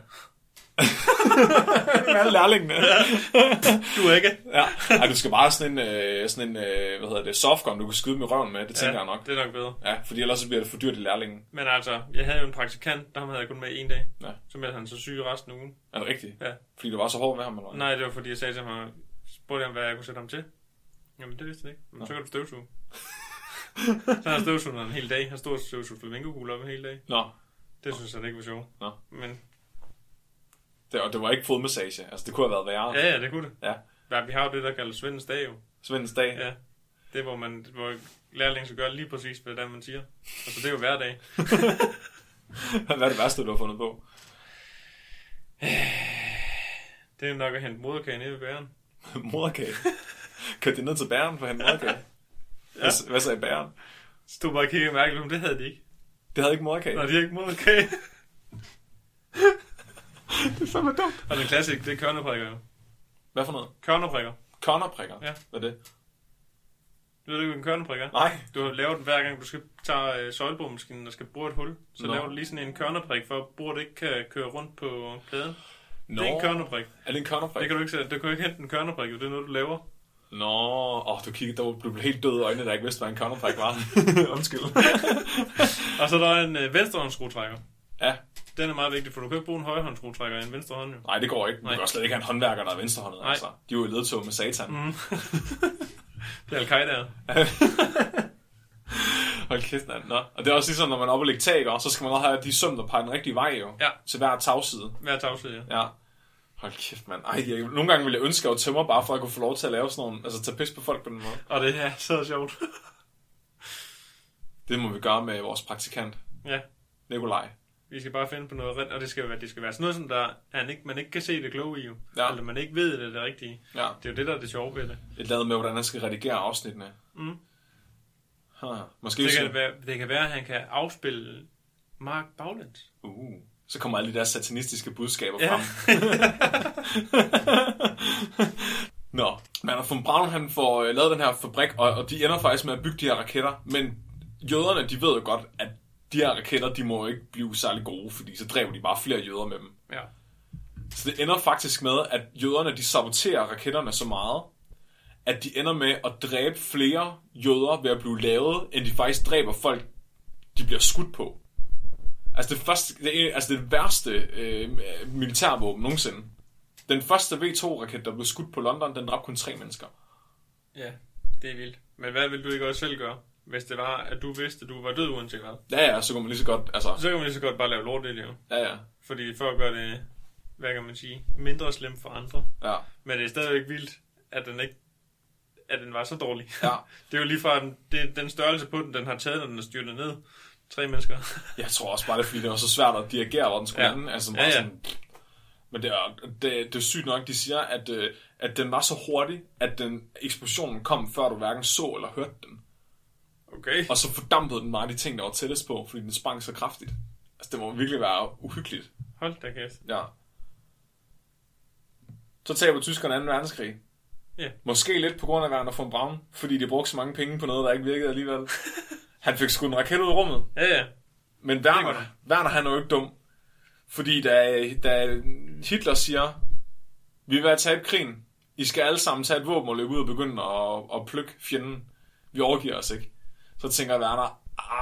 Med alle lærlingene. Du ikke? Ja. Ej, du skal bare sådan en, øh, sådan en øh, hvad hedder det, softgun, du kan skyde med røven med, det tænker ja, jeg nok. det er nok bedre. Ja, fordi ellers så bliver det for dyrt i lærlingen. Men altså, jeg havde jo en praktikant, der havde jeg kun med en dag. Ja. Så meldte han så syg resten af ugen. Er det rigtigt? Ja. Fordi det var så hårdt ved ham, eller hvad? Nej, det var fordi, jeg sagde til ham, spurgte ham, hvad jeg kunne sætte ham til. Jamen, det vidste jeg ikke. Men så kan du støvsuge. Så har støvsuget en hel dag. Han stod og støvsuget flamingokugler op en hel dag. Nå. Det synes jeg ikke var sjovt. Nå. Men det, og det var ikke fodmassage. Altså, det kunne have været værre. Ja, ja, det kunne det. Ja. Ja, vi har jo det, der kaldes Svendens dag jo. Svendens dag? Ja. Det er, hvor, man, hvor lærlingen skal gøre lige præcis, hvad det er, man siger. Altså, det er jo hver dag. Hvad er det værste, du har fundet på? Det er nok at hente moderkage nede ved bæren. Moderkage? Kørte de ned til bæren for at hente moderkage? Ja. Hvad, hvad sagde bæren? Stod bare og kiggede mærkeligt, men det havde de ikke. Det havde ikke moderkage? Nej, de havde ikke moderkage. Det er fandme dumt. Og den klassik, det er kørneprikker jo. Hvad for noget? Kørneprikker. Kørneprikker? Ja. Hvad er det? Du ved ikke, hvad en kørneprik er? Nej. Du har lavet den hver gang, du skal tage øh, søjlebordmaskinen og skal bore et hul. Så Nå. laver du lige sådan en kørneprik, for at bordet ikke kan køre rundt på pladen. Nå. Det er en kørneprik. Er det en kørneprik? Det kan du ikke, du kan jo ikke hente en kørneprik, det er noget, du laver. Nå, åh, du kiggede, der blev helt døde øjne, der ikke vidste, hvad en kørneprik var. Undskyld. Og så er der en øh, venstrehåndsskruetrækker. Ja. Den er meget vigtig, for du kan ikke bruge en højrehåndskruetrækker i en venstre hånd jo. Nej, det går ikke. Du Nej. kan også slet ikke have en håndværker, der er venstrehåndet. Nej. Altså. De er jo i ledtog med satan. Mm. Det er Al-Qaida. Hold kæft, man. Nå. Og det er også ligesom, når man er oppe og lægge tag, så skal man også have de søm, der peger den rigtige vej jo. Ja. Til hver tagside. Hver tagside, ja. Ja. Hold kæft, mand. Ej, jeg, nogle gange ville jeg ønske, at jeg var tømmer, bare for at jeg kunne få lov til at lave sådan nogle, altså tage pis på folk på den måde. Og det er så sjovt. Det må vi gøre med vores praktikant, Ja. Nikolaj. Vi skal bare finde på noget rent, og det skal jo være, det skal være sådan noget, som der, han ikke, man ikke kan se det kloge i jo. Ja. Eller man ikke ved, det er det rigtige. Ja. Det er jo det, der er det sjove ved det. Et lavet med, hvordan han skal redigere afsnittene. Mm. Huh. Måske Det så... kan, være, det kan være, at han kan afspille Mark baglæns. Uh. Så kommer alle de der satanistiske budskaber Ja. frem. Nå, men von Braun, han får øh, lavet den her fabrik, og, og de ender faktisk med at bygge de her raketter, men jøderne, de ved jo godt, at de her raketter, de må ikke blive særlig gode, fordi så dræber de bare flere jøder med dem. Ja. Så det ender faktisk med, at jøderne, de saboterer raketterne så meget, at de ender med at dræbe flere jøder ved at blive lavet, end de faktisk dræber folk, de bliver skudt på. Altså det, første, det, er, altså det værste øh, militærvåben nogensinde. Den første V to raket, der blev skudt på London, den dræbte kun tre mennesker. Ja, det er vildt. Men hvad vil du ikke også selv gøre, hvis det var, at du vidste, at du var død uanset hvad? Ja, ja, så kunne man lige så godt, altså... Så kan man lige så godt bare lave lort i det jo. Ja, ja. Fordi for at gøre det, hvad kan man sige, mindre slemt for andre. Ja. Men det er stadigvæk vildt, at den ikke at den var så dårlig. Ja. Det er jo lige fra, den, det, den størrelse på den, den har taget, når den er styrtet ned. Tre mennesker. Jeg tror også bare, det er, fordi det var så svært at dirigere, hvor den skulle Ja. lande. Altså, Ja, ja. sådan, men det er, det, det er sygt nok, de siger, at, øh, at den var så hurtig, at den eksplosionen kom, før du hverken så eller hørte den. Okay. Og så fordampede den meget de ting, der var tættest på, fordi den sprang så kraftigt. Altså, det må virkelig være uhyggeligt. Hold da kæft. Ja. Så taber tyskerne anden verdenskrig. Ja. Måske lidt på grund af Werner von Braun, fordi de brugte så mange penge på noget, der ikke virkede alligevel. Han fik sgu en raket ud i rummet. Ja, ja. Men Det er Werner, godt. Werner han er jo ikke dum. Fordi da, da Hitler siger, vi vil have taget krigen, I skal alle sammen tage et våben og løbe ud og begynde at, at plukke fjenden. Vi overgiver os ikke. Så tænker Werner,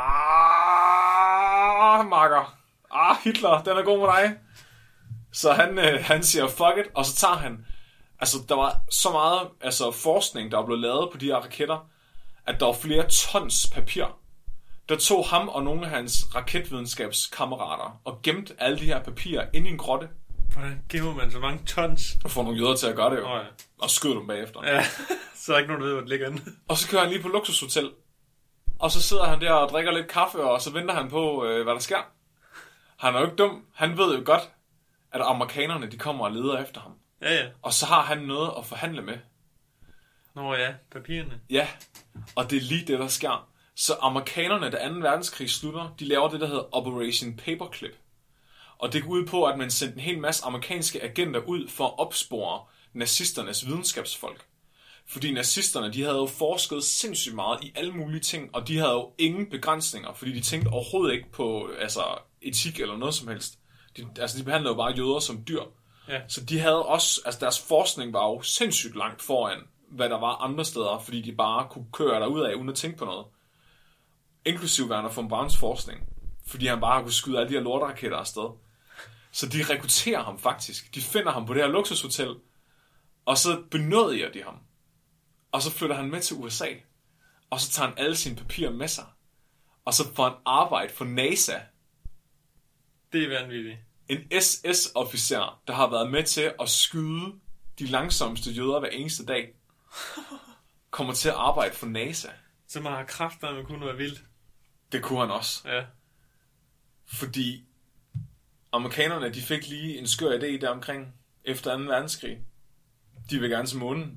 ah, makker. Ah, Hitler, den er god med dig. Så han, øh, han siger, fuck it, og så tager han, altså der var så meget altså, forskning, der var blevet lavet på de her raketter, at der var flere tons papir. Der tog ham og nogle af hans raketvidenskabskammerater og gemte alle de her papirer inde i en grotte. Hvordan gemmer man så mange tons? Og får nogle jøder til at gøre det jo. Åh, ja. Og skød dem bagefter. Ja, så er der ikke nogen, der ved, hvor det ligger inde. Og så kører han lige på luksushotel. Og så sidder han der og drikker lidt kaffe, og så venter han på, øh, hvad der sker. Han er jo ikke dum. Han ved jo godt, at amerikanerne de kommer og leder efter ham. Ja, ja. Og så har han noget at forhandle med. Nå ja, papirerne. Ja, og det er lige det, der sker. Så amerikanerne, da anden verdenskrig slutter, de laver det, der hedder Operation Paperclip. Og det går ud på, at man sendte en hel masse amerikanske agenter ud for at opspore nazisternes videnskabsfolk. Fordi nazisterne, de havde jo forsket sindssygt meget i alle mulige ting, og de havde jo ingen begrænsninger, fordi de tænkte overhovedet ikke på altså, etik eller noget som helst. De, altså, de behandlede jo bare jøder som dyr. Ja. Så de havde også, altså deres forskning var jo sindssygt langt foran, hvad der var andre steder, fordi de bare kunne køre derudad, uden at tænke på noget. Inklusive Werner von Brauns forskning, fordi han bare kunne skyde alle de her lorteraketter afsted. Så de rekrutterer ham faktisk. De finder ham på det her luksushotel, og så benådiger de ham. Og så flytter han med til U S A, og så tager han alle sine papirer med sig. Og så får han arbejde for NASA. Det er vanvittigt. En S S-officer, der har været med til at skyde de langsomste jøder hver eneste dag, kommer til at arbejde for NASA. Så man har kræfter, man kunne være vildt. Det kunne han også. Ja. Fordi amerikanerne, de fik lige en skør idé der omkring efter anden verdenskrig. De vil gerne til månen.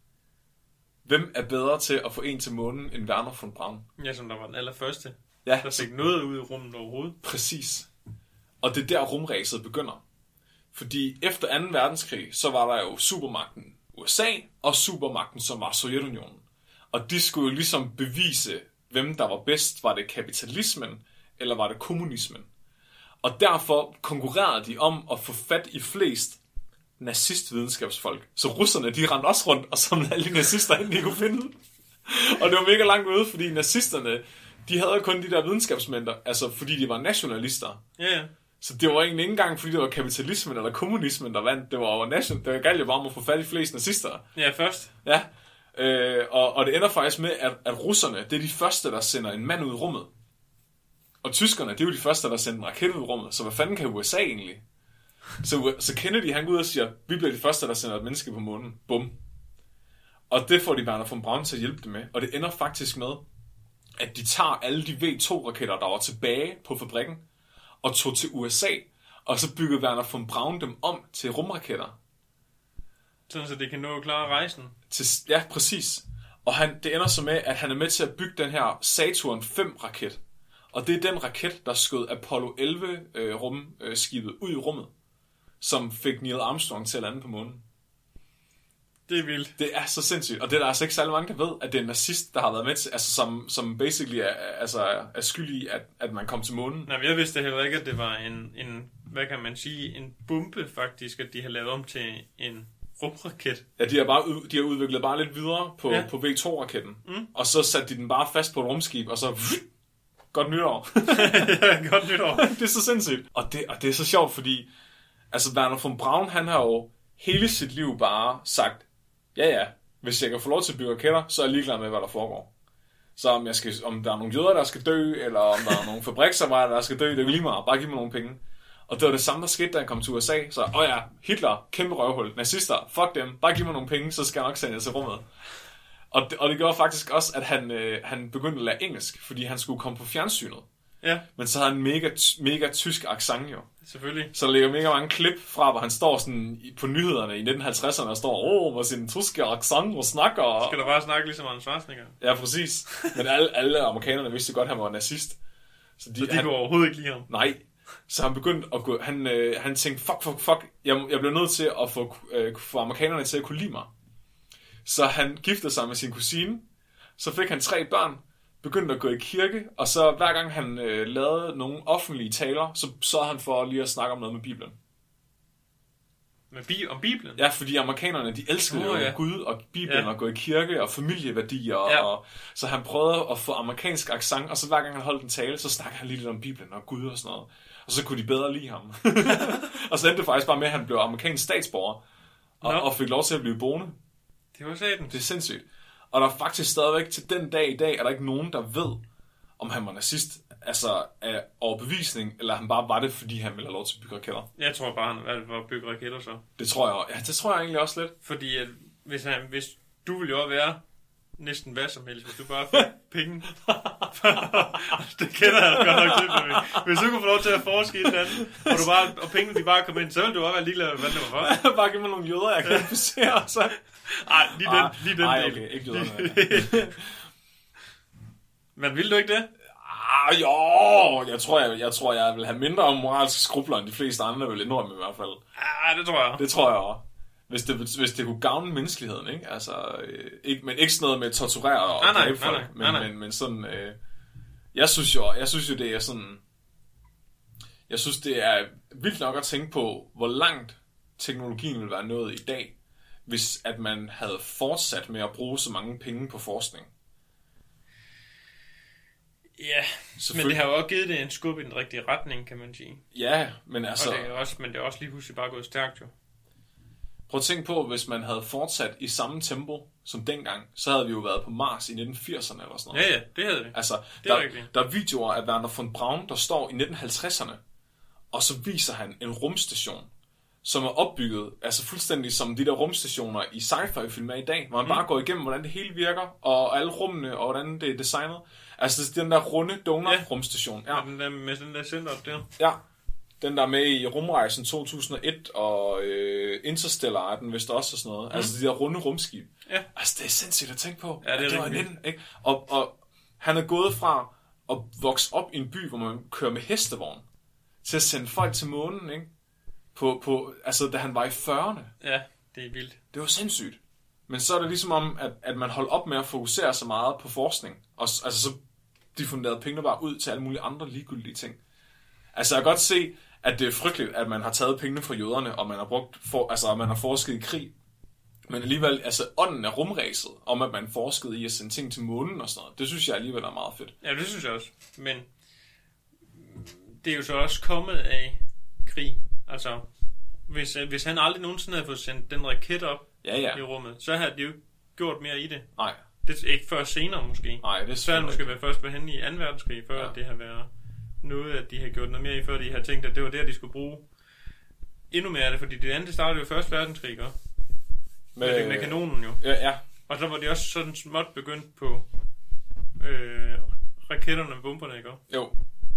Hvem er bedre til at få en til månen end Wernher von Braun? Ja, som der var den allerførste. Ja, der fik noget ud i rummet overhovedet. Præcis. Og det er der rumræset begynder. Fordi efter anden verdenskrig, så var der jo supermagten U S A og supermagten, som var Sovjetunionen. Og de skulle jo ligesom bevise, hvem der var bedst. Var det kapitalismen, eller var det kommunismen? Og derfor konkurrerede de om at få fat i flest nazistvidenskabsfolk. Så russerne, de rendte også rundt og samlede alle de nazister, ind de kunne finde. Og det var mega langt ude, fordi nazisterne, de havde kun de der videnskabsmænd, altså fordi de var nationalister. Ja, ja. Så det var egentlig ikke engang, fordi det var kapitalismen eller kommunismen, der vandt. Det var jo nation. Det galt jo bare om at få fat i flest nazister. Ja, først. Ja, øh, og, og det ender faktisk med, at, at russerne, det er de første, der sender en mand ud i rummet. Og tyskerne, det er jo de første, der sender en raket ud i rummet. Så hvad fanden kan U S A egentlig? Så, så Kennedy, han går ud og siger, vi bliver de første, der sender et menneske på månen. Bum. Og det får de Wernher von Braun til at hjælpe dem med. Og det ender faktisk med, at de tager alle de V to raketter, der var tilbage på fabrikken, og tog til U S A, og så byggede Wernher von Braun dem om til rumraketter. Sådan, så det kan nå at klare rejsen? Til, ja, præcis. Og han, det ender så med, at han er med til at bygge den her Saturn fem-raket. Og det er den raket, der skød Apollo elleve-rumskibet øh, ud i rummet, som fik Neil Armstrong til at lande på månen. Det er vildt. Det er så sindssygt, og det er der altså ikke særlig mange, der ved, at det er en nazist, der har været med til, altså som, som basically er, altså er skyldig i, at, at man kom til månen. Nej, jeg vidste heller ikke, at det var en, en, hvad kan man sige, en bombe faktisk, at de har lavet om til en rumraket. Ja, de har, bare ud, de har udviklet bare lidt videre på, ja. på V to-raketten, mm. og så satte de den bare fast på et rumskib, og så pff, godt nytår. Ja, godt nytår. Det er så sindssygt. Og det, og det er så sjovt, fordi altså Wernher von Braun, han har jo hele sit liv bare sagt, ja ja, hvis jeg kan få lov til at bygge raketter, så er jeg ligeglad med, hvad der foregår. Så om, jeg skal, om der er nogle jøder, der skal dø, eller om der er nogle fabriksarbejdere, der skal dø, det er jo lige meget. Bare giv mig nogle penge. Og det var det samme, der skete, da han kom til U S A. Så, åh oh ja, Hitler, kæmpe røvhul, nazister, fuck dem, bare giv mig nogle penge, så skal jeg nok sende jer til rummet. Og det, og det gjorde faktisk også, at han, øh, han begyndte at lære engelsk, fordi han skulle komme på fjernsynet. Ja. Men så havde han mega, mega tysk accent jo. Selvfølgelig. Så der ligger mega mange klip fra, hvor han står sådan på nyhederne i nitten halvtredserne og står, åh, med sin tyske accent og snakker. Skal der bare snakke ligesom Arne Schwarzenegger? Ja, præcis. Men alle, alle amerikanerne vidste godt, at han var nazist. Så de, så de han, kunne overhovedet ikke lide ham? Nej. Så han begyndte at gå, han, øh, han tænkte, fuck, fuck, fuck, jeg, jeg blev nødt til at få, øh, få amerikanerne til at kunne lide mig. Så han giftede sig med sin kusine, så fik han tre børn, begyndte at gå i kirke, og så hver gang han øh, lavede nogle offentlige taler, så sørgede han for lige at snakke om noget med Bibelen. Med bi- om Bibelen? Ja, fordi amerikanerne, de elskede oh, jo ja. Gud og Bibelen, ja. Og gå i kirke og familieværdier. Ja. Og, så han prøvede at få amerikansk accent, og så hver gang han holdt en tale, så snakkede han lige lidt om Bibelen og Gud og sådan noget. Og så kunne de bedre lide ham. Og så endte det faktisk bare med, at han blev amerikansk statsborger, og, og fik lov til at blive boende. Det var satans. Det er sindssygt. Og der er faktisk stadigvæk til den dag i dag, er der ikke nogen, der ved, om han var nazist, altså af overbevisning, eller han bare var det, fordi han ville have lov til at bygge raketter. Jeg tror bare, han valgte for at bygge raketter så. Det tror jeg, ja, det tror jeg egentlig også lidt. Fordi at hvis, han, hvis du ville jo være næsten hvad som helst, hvis du bare fik penge. Det kender jeg godt nok til. Hvis du kunne få lov til at forske i et eller andet, og, du bare, og pengene de bare kom ind, så ville du også være ligeglad, hvad det var for. Bare give mig nogle jøder, jeg kan inficere, så... Ej, lige den, ah, lige den ej, del. Okay, ikke jøderne. Men vil du ikke det? Ah, jo, jeg tror, jeg, jeg tror, jeg vil have mindre moralske skrubler, end de fleste andre vil indrømme i hvert fald. Ah, det tror jeg. Det tror jeg også. Hvis det, hvis det kunne gavne menneskeligheden, ikke? Altså, øh, ikke, men ikke sådan noget med at torturere og nej, dræbe folk, nej, nej, men, nej. men, men sådan, øh, jeg synes jo, jeg synes jo, det er sådan, jeg synes, det er vildt nok at tænke på, hvor langt teknologien ville være nået i dag, hvis at man havde fortsat med at bruge så mange penge på forskning. Ja, men det har jo også givet det en skub i den rigtige retning, kan man sige. Ja, men altså... Og det er også, men det er også lige pludselig bare gået stærkt jo. Prøv at tænke på, hvis man havde fortsat i samme tempo som dengang, så havde vi jo været på Mars i nitten firserne eller sådan noget. Ja, ja, det havde vi. Altså, det er der, rigtigt. der er videoer af Wernher von Braun, der står i nitten halvtredserne, og så viser han en rumstation, som er opbygget, altså fuldstændig som de der rumstationer i sci-fi-film er i dag, hvor man mm. bare går igennem, hvordan det hele virker, og alle rummene, og hvordan det er designet. Altså, det er den der runde donut-rumstation. Ja. Med den der, med den der center der. Ja. Den der er med i Rumrejsen to tusind og et, og øh, Interstellar er den vist også og sådan noget. Mm. Altså de der runde rumskib. Ja. Altså det er sindssygt at tænke på. Ja, det er det var rigtig nitten, ikke? Og, og han er gået fra at vokse op i en by, hvor man kører med hestevogn, til at sende folk til månen, ikke? På, på, altså da han var i fyrrerne. Ja, det er vildt. Det var sindssygt. Men så er det ligesom om, at, at man holdt op med at fokusere så meget på forskning. Og altså så diffunderede pengene bare ud til alle mulige andre ligegyldige ting. Altså jeg kan godt se, at det er frygteligt, at man har taget pengene fra jøderne, og man har brugt for, altså at man har forsket i krig. Men alligevel, altså ånden er rumræset, om at man forskede i at sende ting til månen og sådan noget. Det synes jeg alligevel er meget fedt. Ja, det synes jeg også. Men det er jo så også kommet af krig. Altså, hvis, hvis han aldrig nogensinde havde fået sendt den raket op ja, ja. i rummet, så havde de jo gjort mere i det. Nej. Det er ikke før senere måske. Nej, det er så det måske være først været henne i anden verdenskrig, før ja. At det har været noget, at de har gjort noget mere i, før de har tænkt, at det var der, de skulle bruge endnu mere af det. Fordi det andet, det startede jo første verdenskrig, ikke? Med, med, med kanonen jo. Ja, ja. Og så var de også sådan småt begyndt på øh, raketterne og bomberne, ikke? Jo.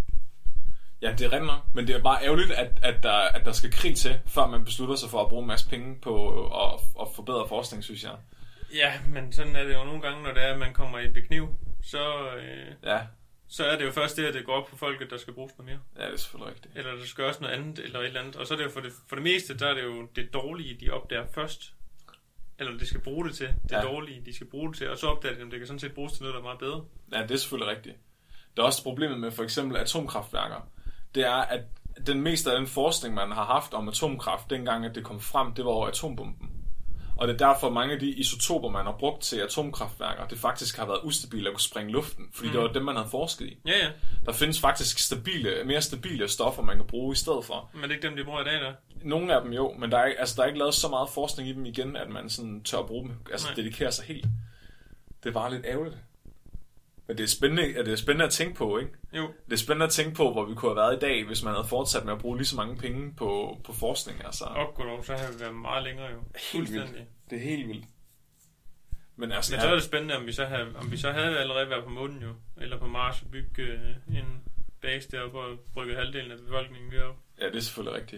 Ja, det er rigtigt nok. Men det er bare ærgerligt, at, at, der, at der skal krig til, før man beslutter sig for at bruge en masse penge på at, at forbedre forskning, synes jeg. Ja, men sådan er det jo nogle gange, når det er, at man kommer i et bekniv, så, øh, ja. så er det jo først det, at det går op på folket, der skal bruges noget mere. Ja, det er selvfølgelig rigtigt. Eller der skal også noget andet, eller et eller andet. Og så er det jo for det, for det meste, der er det jo det dårlige, de opdager først. Eller de skal bruge det til. Det ja. Dårlige, de skal bruge det til. Og så opdager de, om det kan sådan set bruges til noget, der er meget bedre. Ja, det er selvfølgelig rigtigt. Der er også problemet med for eksempel atomkraftværker. Det er, at den meste af den forskning, man har haft om atomkraft, dengang at det kom frem, det var over atombomben. Og det er derfor, mange af de isotoper, man har brugt til atomkraftværker, det faktisk har været ustabile at kunne sprænge luften, fordi mm. det var dem, man havde forsket i. Ja, ja. Der findes faktisk stabile, mere stabile stoffer, man kan bruge i stedet for. Men det er ikke dem, de bruger i dag, der? Nogle af dem jo, men der er, altså, der er ikke lavet så meget forskning i dem igen, at man sådan tør at bruge dem, altså Nej. dedikere sig helt. Det er bare lidt ærgerligt. Men det er spændende, at det er spændende at tænke på, ikke? Jo. Det er spændende at tænke på, hvor vi kunne have været i dag, hvis man havde fortsat med at bruge lige så mange penge på, på forskning. Altså. Og godlov, så har vi været meget længere jo. Helt vildt. Det er helt vildt. Men, altså, Men så er det spændende, om vi så havde, om vi så havde allerede været på månen jo, eller på Mars og bygge øh, en base deroppe og brygge halvdelen af befolkningen deroppe. Ja, det er selvfølgelig rigtigt.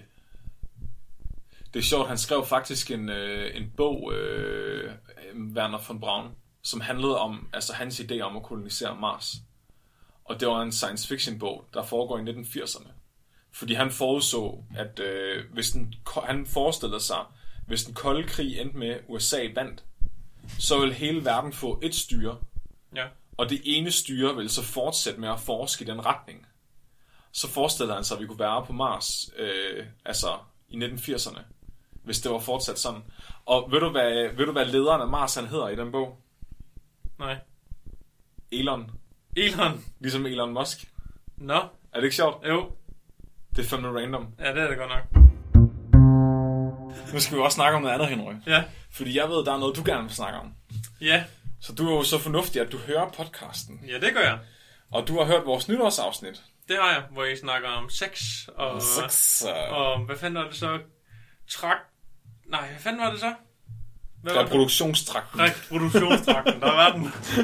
Det er sjovt, han skrev faktisk en, øh, en bog, øh, Wernher von Braun, som handlede om altså hans idé om at kolonisere Mars. Og det var en science fiction bog, der foregår i nitten firserne. Fordi han forudså, at øh, hvis den, han forestillede sig, hvis den kolde krig endte med U S A vandt, så ville hele verden få et styre. Ja. Og det ene styre ville så fortsætte med at forske i den retning. Så forestillede han sig, at vi kunne være på Mars, øh, altså i nitten firserne, hvis det var fortsat sådan. Og ved du hvad, ved du, hvad lederen af Mars han hedder i den bog? Nej. Elon. Elon? Ligesom Elon Musk. Nå. Er det ikke sjovt? Jo. Det er fandme random. Ja, det er det godt nok. Nu skal vi også snakke om noget andet, Henry. Ja. Fordi jeg ved, der er noget, du gerne vil snakke om. Ja. Så du er jo så fornuftig, at du hører podcasten. Ja, det gør jeg. Og du har hørt vores nytårsafsnit. Det har jeg, hvor I snakker om sex og... Sex. Og hvad fanden var det så? Trak... Nej, hvad fanden var det så? Hvad der er produktionstrakten. Nej, produktionstrakten, der var den.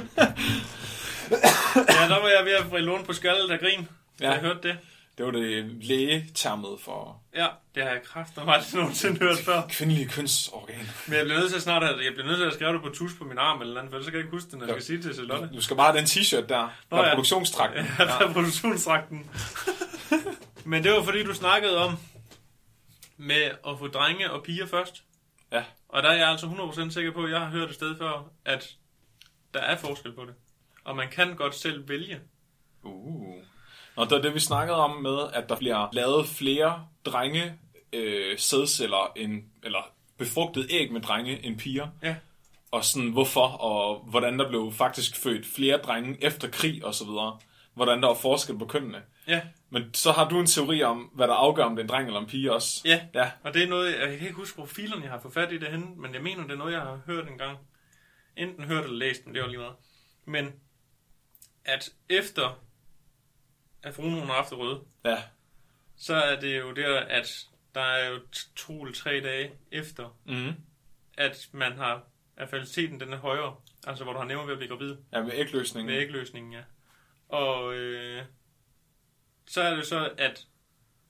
Ja, der var jeg ved at få låne på skaldet af grin. Ja. Jeg hørte det. Det var det lægetermet for... Ja, det har jeg kraftigt aldrig nogensinde hørt før. Kvindelige kønsorgan. Men jeg bliver nødt til at snart at jeg bliver nødt til at skrive det på tus på min arm eller andet, for så kan jeg ikke huske det, når jeg skal sige det til Charlotte. Du skal bare have den t-shirt der. Nå, der er ja. produktionstrakten. Ja, der er produktionstrakten. Men det var fordi, du snakkede om med at få drenge og piger først. Ja. Og der er jeg altså hundrede procent sikker på, at jeg har hørt et sted før, at der er forskel på det. Og man kan godt selv vælge. Uh. Og det er det, vi snakkede om med, at der bliver lavet flere drenge øh, sædceller, end, eller befrugtet æg med drenge end piger. Ja. Og sådan hvorfor, og hvordan der blev faktisk født flere drenge efter krig og så videre. Hvordan der var forskel på kønnene. Ja. Men så har du en teori om, hvad der afgør, om det er en dreng eller en pige også. Ja, ja. Og det er noget, jeg kan ikke huske profilerne, jeg har fået fat i det henne, men jeg mener, det er noget, jeg har hørt en gang. Enten hørt eller læst, men det var lige meget. Men at efter at fruen hun har haft det røde, ja. så er det jo der, at der er jo to eller tre dage efter, mm. at man har, at fertiliteten den er højere, altså hvor du har nemmere ved at blive gravid. Ja, med ægløsningen. Med ægløsningen, ja. Og øh, så er det så, at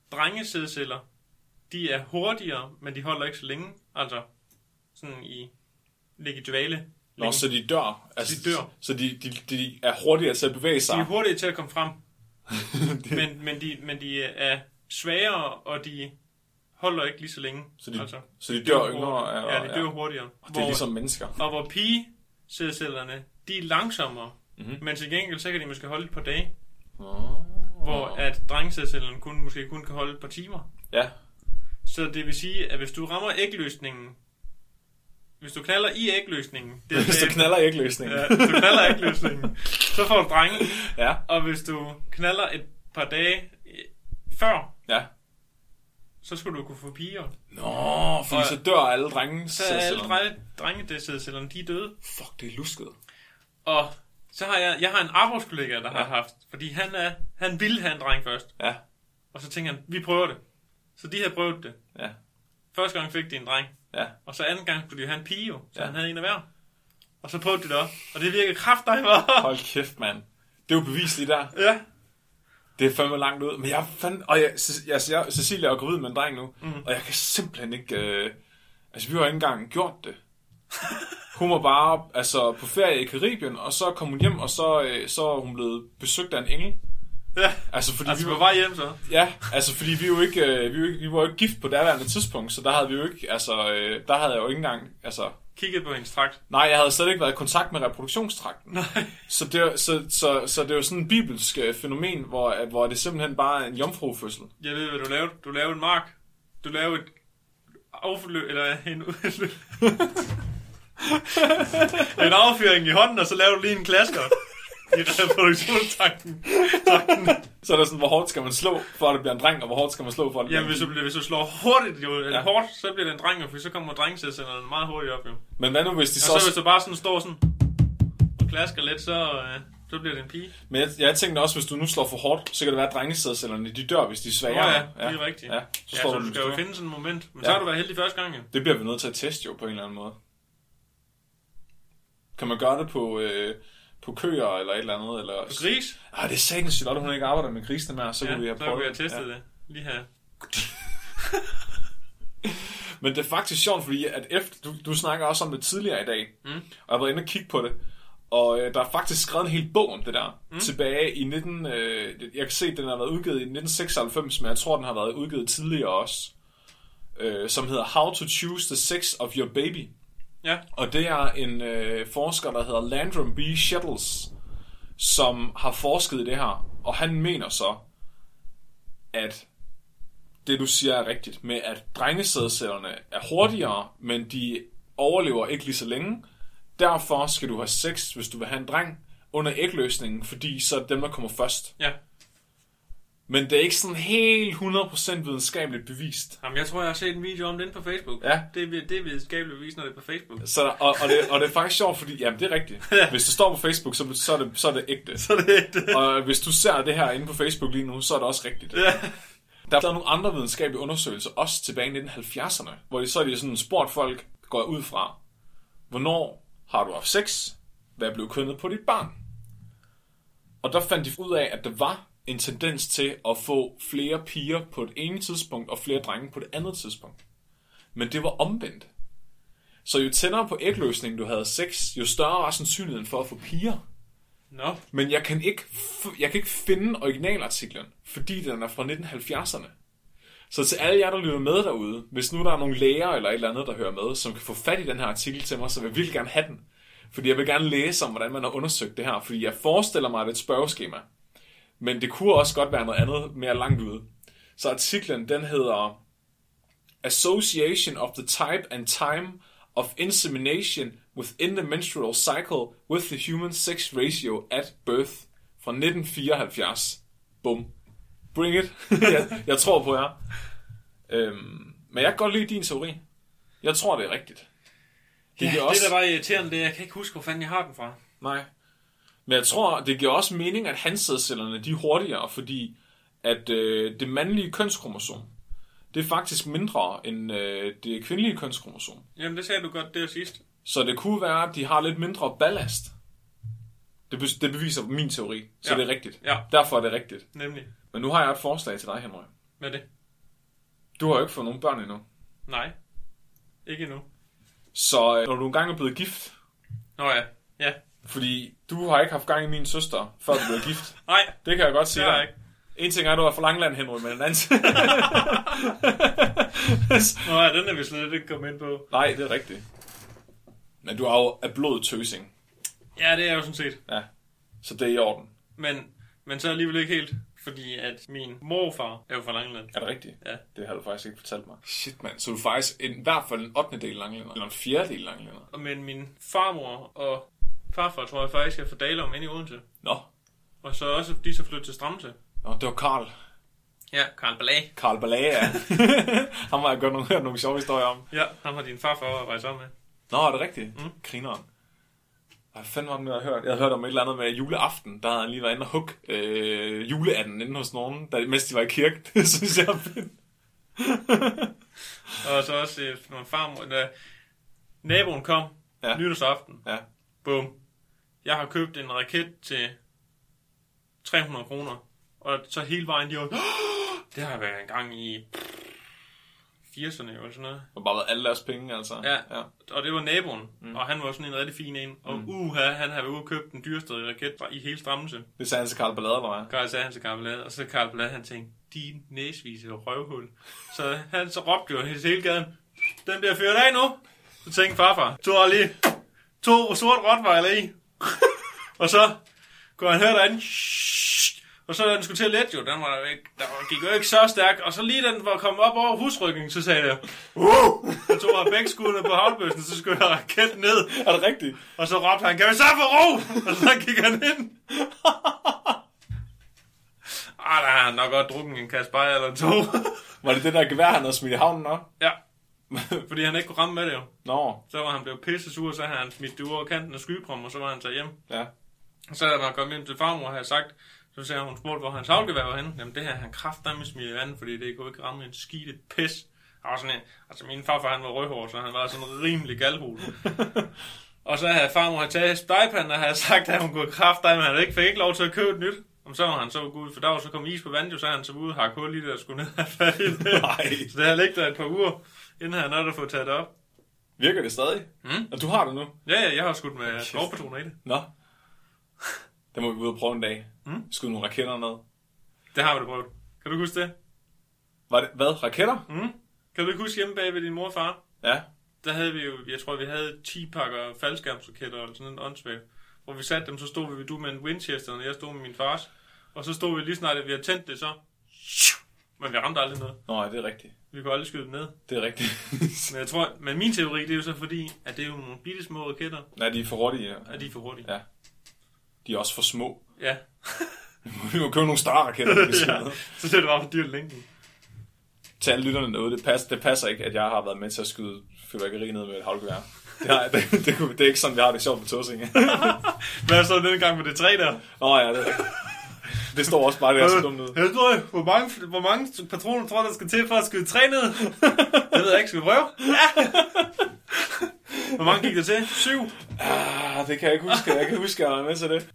drengesædceller, de er hurtigere, men de holder ikke så længe. Altså, sådan i, ligge i dvale. Nå, så de dør. Altså, de dør. Så de, de, de er hurtigere til at bevæge sig. De er hurtige til at komme frem. men, men, de, men de er svagere, og de holder ikke lige så længe. Så de, altså, så de dør yngre? Ja, de dør ja. hurtigere. Og det er hvor, ligesom mennesker. Og hvor pigesædcellerne, de er langsommere, mm-hmm. men til gengæld, så kan de måske holde et par dage. Oh. Hvor at drengesædcellerne kun, måske kun kan holde et par timer. Ja. Så det vil sige, at hvis du rammer ægløsningen, hvis du knaller i ægløsningen... Det hvis du knaller i ægløsningen. Ja, hvis du knaller i ægløsningen, så får du drenge. Ja. Og hvis du knaller et par dage før, ja. så skulle du kunne få piger. Nå, fordi og så dør alle drenge. Så er alle drenge, drenge de er døde. Fuck, det er lusket. Og så har jeg, jeg har en arbejdskollega, der ja. har haft, fordi han, er, han ville have en dreng først. Ja. Og så tænker han, vi prøver det. Så de havde prøvet det. Ja. Første gang fik de en dreng. Ja. Og så anden gang skulle de have en pige, jo, så ja. han havde en af hver. Og så prøvede de det også. Og det virkede kraftedeme. Hold kæft, mand. Det er jo bevisligt der. Ja. Det er fandme langt ud. Men jeg fandt... Og jeg, jeg, jeg, Cecilia er gravid med en dreng nu. Mm. Og jeg kan simpelthen ikke... Øh, altså, vi har ikke engang gjort det. Hun var bare altså, på ferie i Karibien, og så kom hun hjem, og så, øh, så er hun blevet besøgt af en engel. Ja, altså, fordi altså vi på vej hjem så? Ja, altså fordi vi jo ikke, øh, vi, jo ikke, vi var jo ikke gift på daværende tidspunkt, så der havde vi jo ikke, altså, øh, der havde jeg jo ikke engang, altså... Kigget på hendes trakt? Nej, jeg havde slet ikke været i kontakt med reproduktionstrakten. Nej. Så det, så, så, så det er jo sådan en bibelsk fænomen, hvor, hvor det simpelthen bare er en jomfrufødsel. Jeg ved, hvad du lavede. Du lavede en mark. Du lavede et affløb, eller en en affyring i hånden, og så lavede du lige en klasker i reproduktionstrakten. Så er der sådan, hvor hårdt skal man slå, for at det bliver en dreng, og hvor hårdt skal man slå, for at det bliver en dreng? Ja, hvis, hvis du slår hurtigt, jo, ja. hårdt, så bliver det en dreng, for så kommer drengesædcellerne meget hurtigt op, jo. Men hvad nu, hvis de og så... Og så hvis du bare sådan står sådan og klasker lidt, så, øh, så bliver det en pige. Men jeg, jeg tænkte også, hvis du nu slår for hårdt, så kan det være, at drengesædcellerne, de dør, hvis de er svagere. Ja, ja, det er rigtigt. Ja, så, ja, så du skal jo finde sådan et moment. Men ja. så har du været heldig første gang, jo. Det bliver vi nødt til at teste, jo, på en eller anden måde. Kan man gøre det på... Øh, på køer eller et eller andet. Eller... På gris? Ah, det er satans sygt, at hun ikke arbejder med grisene mere, så ja, kunne vi have prøvet det. Ja, så kunne vi have testet ja. det. Lige her. Men det er faktisk sjovt, fordi at efter, du, du snakker også om det tidligere i dag, mm. og jeg har været inde og kigge på det, og øh, der er faktisk skrevet en hel bog om det der, mm. tilbage i nitten... Øh, jeg kan se, at den har været udgivet i nitten seksoghalvfems, men jeg tror, den har været udgivet tidligere også, øh, som hedder How to Choose the Sex of Your Baby. Ja. Og det er en øh, forsker, der hedder Landrum B. Shettles, som har forsket i det her. Og han mener så, at det du siger er rigtigt, med at drengesædcellerne er hurtigere, men de overlever ikke lige så længe. Derfor skal du have sex, hvis du vil have en dreng, under ægløsningen, fordi så er dem, der kommer først. Ja. Men det er ikke sådan helt hundrede procent videnskabeligt bevist. Jamen, jeg tror, jeg har set en video om det på Facebook. Ja. Det er, det er videnskabeligt bevist, når det er på Facebook. Så, og, og, det, og det er faktisk sjovt, fordi jamen, det er rigtigt. Ja. Hvis det står på Facebook, så, så, er det, så er det ægte. Så er det ægte. Og hvis du ser det her inde på Facebook lige nu, så er det også rigtigt. Ja. Der er nogle andre videnskabelige undersøgelser, også tilbage i nitten halvfjerdserne, hvor de, så er de sådan spurgt folk, går ud fra, hvornår har du haft sex? Hvad er blevet kønnet på dit barn? Og der fandt de ud af, at der var en tendens til at få flere piger på et ene tidspunkt, og flere drenge på det andet tidspunkt. Men det var omvendt. Så jo tættere på ægløsningen du havde sex, jo større var sandsynligheden for at få piger. No. Men jeg kan, ikke, jeg kan ikke finde originalartiklen, fordi den er fra nitten halvfjerdserne. Så til alle jer, der lytter med derude, hvis nu der er nogle læger eller et eller andet, der hører med, som kan få fat i den her artikel til mig, så vil jeg virkelig gerne have den. Fordi jeg vil gerne læse om, hvordan man har undersøgt det her, fordi jeg forestiller mig, at det er et spørgeskema. Men det kunne også godt være noget andet mere langt ude. Så artiklen, den hedder Association of the Type and Time of Insemination within the Menstrual Cycle with the Human Sex Ratio at Birth fra nitten fireoghalvfjerds. Bum. Bring it. jeg, jeg tror på jer. Øhm, men jeg kan godt lide din teori. Jeg tror, det er rigtigt. Det, ja, også... det der var irriterende, det jeg kan ikke huske, hvor fanden jeg har den fra. Nej. Men jeg tror, det giver også mening, at hansædcellerne, de er hurtigere, fordi at øh, det mandlige kønskromosom, det er faktisk mindre end øh, det kvindelige kønskromosom. Jamen, det sagde du godt der sidst. Så det kunne være, at de har lidt mindre ballast. Det, be- det beviser min teori, så ja. det er rigtigt. Ja. Derfor er det rigtigt. Nemlig. Men nu har jeg et forslag til dig, Henrik. Hvad er det? Du har jo ikke fået nogen børn endnu. Nej. Ikke endnu. Så øh, når du engang er blevet gift... Nå ja. Ja. Fordi du har ikke haft gang i min søster, før du blev gift. Nej. Det kan jeg godt sige Det har dig. jeg ikke. En ting er, at du er fra Langland, Henry, men en anden Nå ja, den er vi slet ikke kommet ind på. Nej, det er rigtigt. Men du er jo af blodet tøsing. Ja, det er jo sådan set. Ja, så det er i orden. Men, men så alligevel ikke helt, fordi at min morfar er jo fra Langeland. Er det rigtigt? Ja. Det har du faktisk ikke fortalt mig. Shit, mand. Så du er faktisk en, i hvert fald en ottende del langlænder. Eller en fjerde del langlænder. Og men min farmor og farfar tror jeg faktisk er fra Dalum inde i Odense. Nå. Og så også de så flyttede til Stramse. Nå, det var Karl. Ja, Karl Ballag. Karl Ballag, ja. Han har jeg godt nogle, hørt nogle sjove historier om. Ja, ham har din farfar arbejdet sammen med. Nå, er det rigtigt? Mm. Grineren. Hvad fanden var det, jeg har hørt? Jeg havde hørt om et eller andet med juleaften. Der havde han lige været inde og hugge øh, juleanden inde hos nogen, der, mens de var i kirke. Det synes jeg er fedt. Og så også øh, når farmor, da naboen kom Ja. nytårsaften. Ja. Bum. Jeg har købt en raket til tre hundrede kroner. Og så hele vejen, de var... Det har været en gang i firserne eller sådan noget. Det har bare været alle deres penge, altså. Ja, ja. Og det var naboen. Mm. Og han var sådan en rigtig fin en. Og mm. uha, han havde ude og købt den dyreste raket i hele Stramse. Det sagde han til Karl Ballade, eller hvad? Karl sagde han til Karl Ballade. Og så Karl Ballade, han tænkte, din næsvise røvhul. Så han så råbte jo hele gaden, den bliver fyret af nu. Så tænkte farfar, du har lige to sort rottweiler i. Og så går han her derinde. Og så da den skulle til at lette jo, den var der ikke, der gik jo ikke så stærk. Og så lige den var kommet op over husrykningen, så sagde jeg, uh! Så tog jeg begge skuddene på havlbøssen, så skulle jeg raketten ned. Er det rigtigt? Og så råbte han, kan vi så få ro? Og så gik han ind. Ah, der har han nok godt drukket en kasse bajer eller to. Var det det der gevær, han havde smidt i havnen nok? Ja, fordi han ikke kunne ramme med det jo. Nå. Så var han blevet pisse sur, så havde han smidt det ud over kanten af skybrom, og så var han taget hjem. Ja. Og så da man kom hjem til farmor og havde sagt, så sagde hun, spurgte, hvor hans havlgevær var henne. Jamen det her, han kraftedeme smidt i vandet, fordi det kunne ikke ramme en skide pis. Han var sådan en, altså min farfar, han var rødhår, så han var sådan en rimelig galhul. Og så havde farmor havde taget stegepanden og havde sagt, at hun kunne kraftedeme, men han ikke fik ikke lov til at købe et nyt. Og så var han så gået ud, for der var så kom is på vandet, så han så ude og hakke hul lige der, skulle ned og fat i det. Nej. Så det har ligget der et par uger, inden han nåede at få taget det op. Virker det stadig? Mm. Og du har det nu? Ja, ja, jeg har skudt med skovpatroner i det. Nå. Det må vi ud og prøve en dag. Mm. Skyde nogle raketter ned. Det har vi da prøvet. Kan du huske det? Var det, hvad? Raketter? Mm. Kan du ikke huske hjemme bag ved din mor og far? Ja. Der havde vi jo, jeg tror vi havde ti pakker faldskærmsraketter eller sådan en åndssvagt. Hvor vi satte dem, så stod vi, du med en Winchester, og jeg stod med min fars. Og så stod vi lige snart, at vi havde tændt det, så... Men vi ramte aldrig noget. Nå, det er rigtigt. Vi kunne aldrig skyde dem ned. Det er rigtigt. Men jeg tror, men min teori, det er jo så fordi, at det er jo nogle bitte små raketter. Nej, de er for hurtige. Ja. At de er for hurtige. Ja. De er også for små. Ja. Vi må købe nogle større raketter. Ja. Så det er bare for dyrt længden. Til alle lytterne derude, det passer, det passer ikke, at jeg har været med til at skyde fyrværkeri ned med et havlgevær. Det, har, det, det, det, det er ikke sådan, vi har det sjovt på Tåsinge. Hvad er så denne gang med det tre der? Nå ja, det, det står også bare der så dumt ud. Heldur, hvor mange, hvor mange patroner tror der skal til for at skyde tre ned? Det ved jeg ikke, skal vi prøve? Ja. Hvor mange gik der til? Syv? Ah, det kan jeg ikke huske. Jeg kan huske, at jeg var med til det.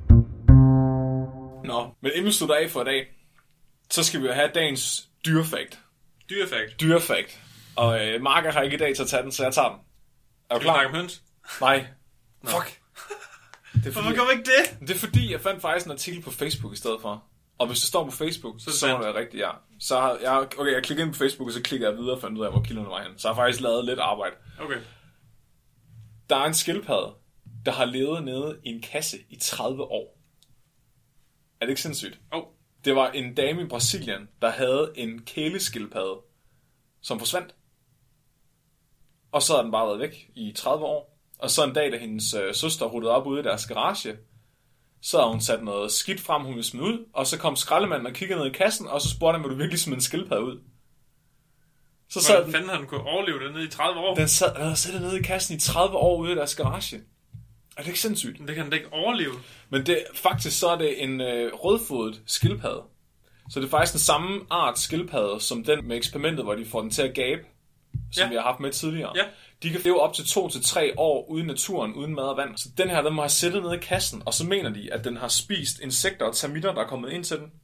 Nå, men inden vi slutter af for i dag, så skal vi jo have dagens dyrefakt. Dyrefakt. Dyrefakt. Og øh, Marker har ikke i dag til at tage den, så jeg tager den. Er du Skal vi snakke klar? om høns? Nej. Fuck. Det er, Hvorfor fordi, gør vi ikke det? det er fordi, jeg fandt faktisk en artikel på Facebook i stedet for. Og hvis det står på Facebook, så, Så er det så må sandt. det være rigtigt, ja. Så har jeg, okay, jeg klikker ind på Facebook, og så klikker jeg videre og fandt ud af, hvor kilderne var hen. Så jeg har faktisk lavet lidt arbejde. Okay. Der er en skildpadde, der har levet nede i en kasse i tredive år. Er det ikke sindssygt? Oh. Det var en dame i Brasilien, der havde en kæleskildpadde, som forsvandt. Og så har den bare været væk i tredive år. Og så en dag, da hendes øh, søster ruttede op ude i deres garage, så havde hun sat noget skidt frem, hun ville smide ud. Og så kom skraldemanden og kiggede ned i kassen, og så spurgte han, vil du virkelig smide en skildpadde ud? Så sad Hvordan den, fanden har den kunne overleve det nede i tredive år? den sad, den havde siddet nede i kassen i tredive år ude i deres garage. Er det ikke sindssygt? Det kan den da ikke overleve. Men det, faktisk så er det en øh, rødfodet skildpadde. Så det er faktisk den samme art skildpadde, som den med eksperimentet, hvor de får den til at gabe, som Ja. vi har haft med tidligere. Ja. De kan leve op til to til tre år uden naturen, uden mad og vand. Så den her, den må have sættet nede i kassen, og så mener de, at den har spist insekter og termitter, der er kommet ind til den.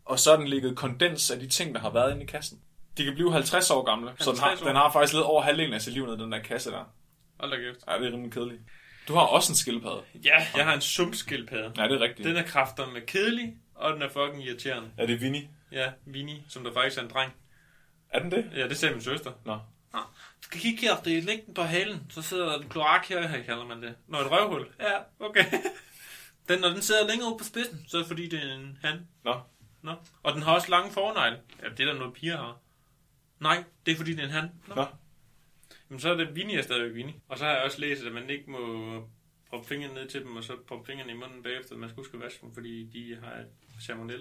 og så er den ligget kondens af de ting, der har været inde i kassen. De kan blive halvtreds år gamle, så den har, den har faktisk lidt over halvdelen af sit liv ned, den der kasse der. Hold da kæft. Ja, det er rimelig kedeligt. Du har også en skildpadde. Ja, jeg har en sumpskildpadde. Ja, det er rigtigt. Den er kraftedeme kedelig, og den er fucking irriterende. Er det Vinnie? Ja, Vinnie, som der faktisk er en dreng. Er den det? Ja, det sagde min søster. Nå. Nå. Du skal kigge her, det er længden på halen, så sidder der en kloak her, her kalder man det. Nå, et røvhul. Ja, okay. Den, når den sidder længere ude på spidsen, så er det fordi, det er en han. Nå. Nå. Og den har også lange fornegle. Ja, det er der noget piger har. Nej, det er fordi, det er en han. Nå. Nå. Men så er det Vinnie, er stadigvæk Vinnie. Og så har jeg også læst, at man ikke må proppe fingrene ned til dem, og så proppe fingrene i munden bagefter. Man skal huske at vaske dem, fordi de har salmonella.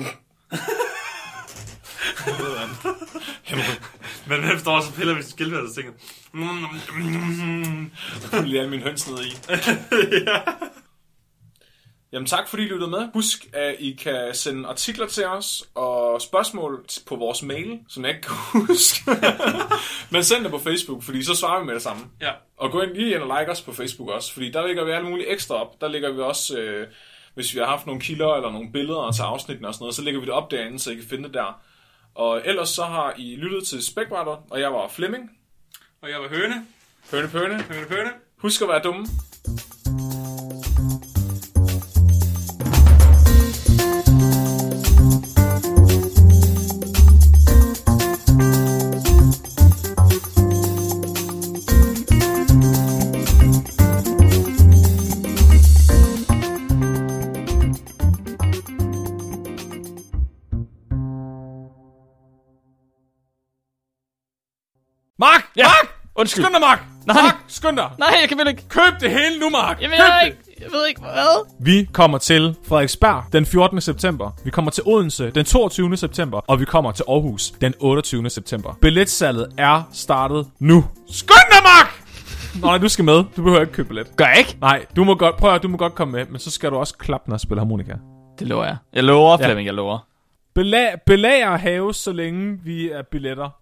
Men hvem står også og piller ved sin skildpadde og tænker... Du lige min høns ned i. Ja. Jamen tak fordi I lyttede med. Husk at I kan sende artikler til os og spørgsmål på vores mail, som jeg ikke kan huske. Men send det på Facebook, fordi så svarer vi med det samme. Ja. Og gå ind lige ind og like os på Facebook også, fordi der lægger vi alle mulige ekstra op. Der lægger vi også, øh, hvis vi har haft nogle kilder eller nogle billeder til afsnitten og sådan noget, så lægger vi det op derinde, så I kan finde det der. Og ellers så har I lyttet til Spækbrætter, og jeg var Flemming. Og jeg var Høne. Høne pøne. Høne pøne. Husk at være dumme. Mark! Ja. Mark! Undskyld. Skynd dig, Mark! Nej. Mark, skynd dig! Nej, jeg kan vel ikke. Køb det hele nu, Mark! Jamen, Køb jeg, det! ikke, jeg ved ikke, hvad? Vi kommer til Frederiksberg den fjortende september. Vi kommer til Odense den toogtyvende september. Og vi kommer til Aarhus den otteogtyvende september. Billetsalget er startet nu. Skynd dig, Mark! Nå, nej, du skal med. Du behøver ikke købe billet. Gør jeg ikke? Nej, du må godt, prøv at, du må godt komme med, men så skal du også klappe, når jeg spiller harmonika. Det lover jeg. Jeg lover, Ja. Flemming, jeg lover. Belag, belager haves, så længe vi er billetter.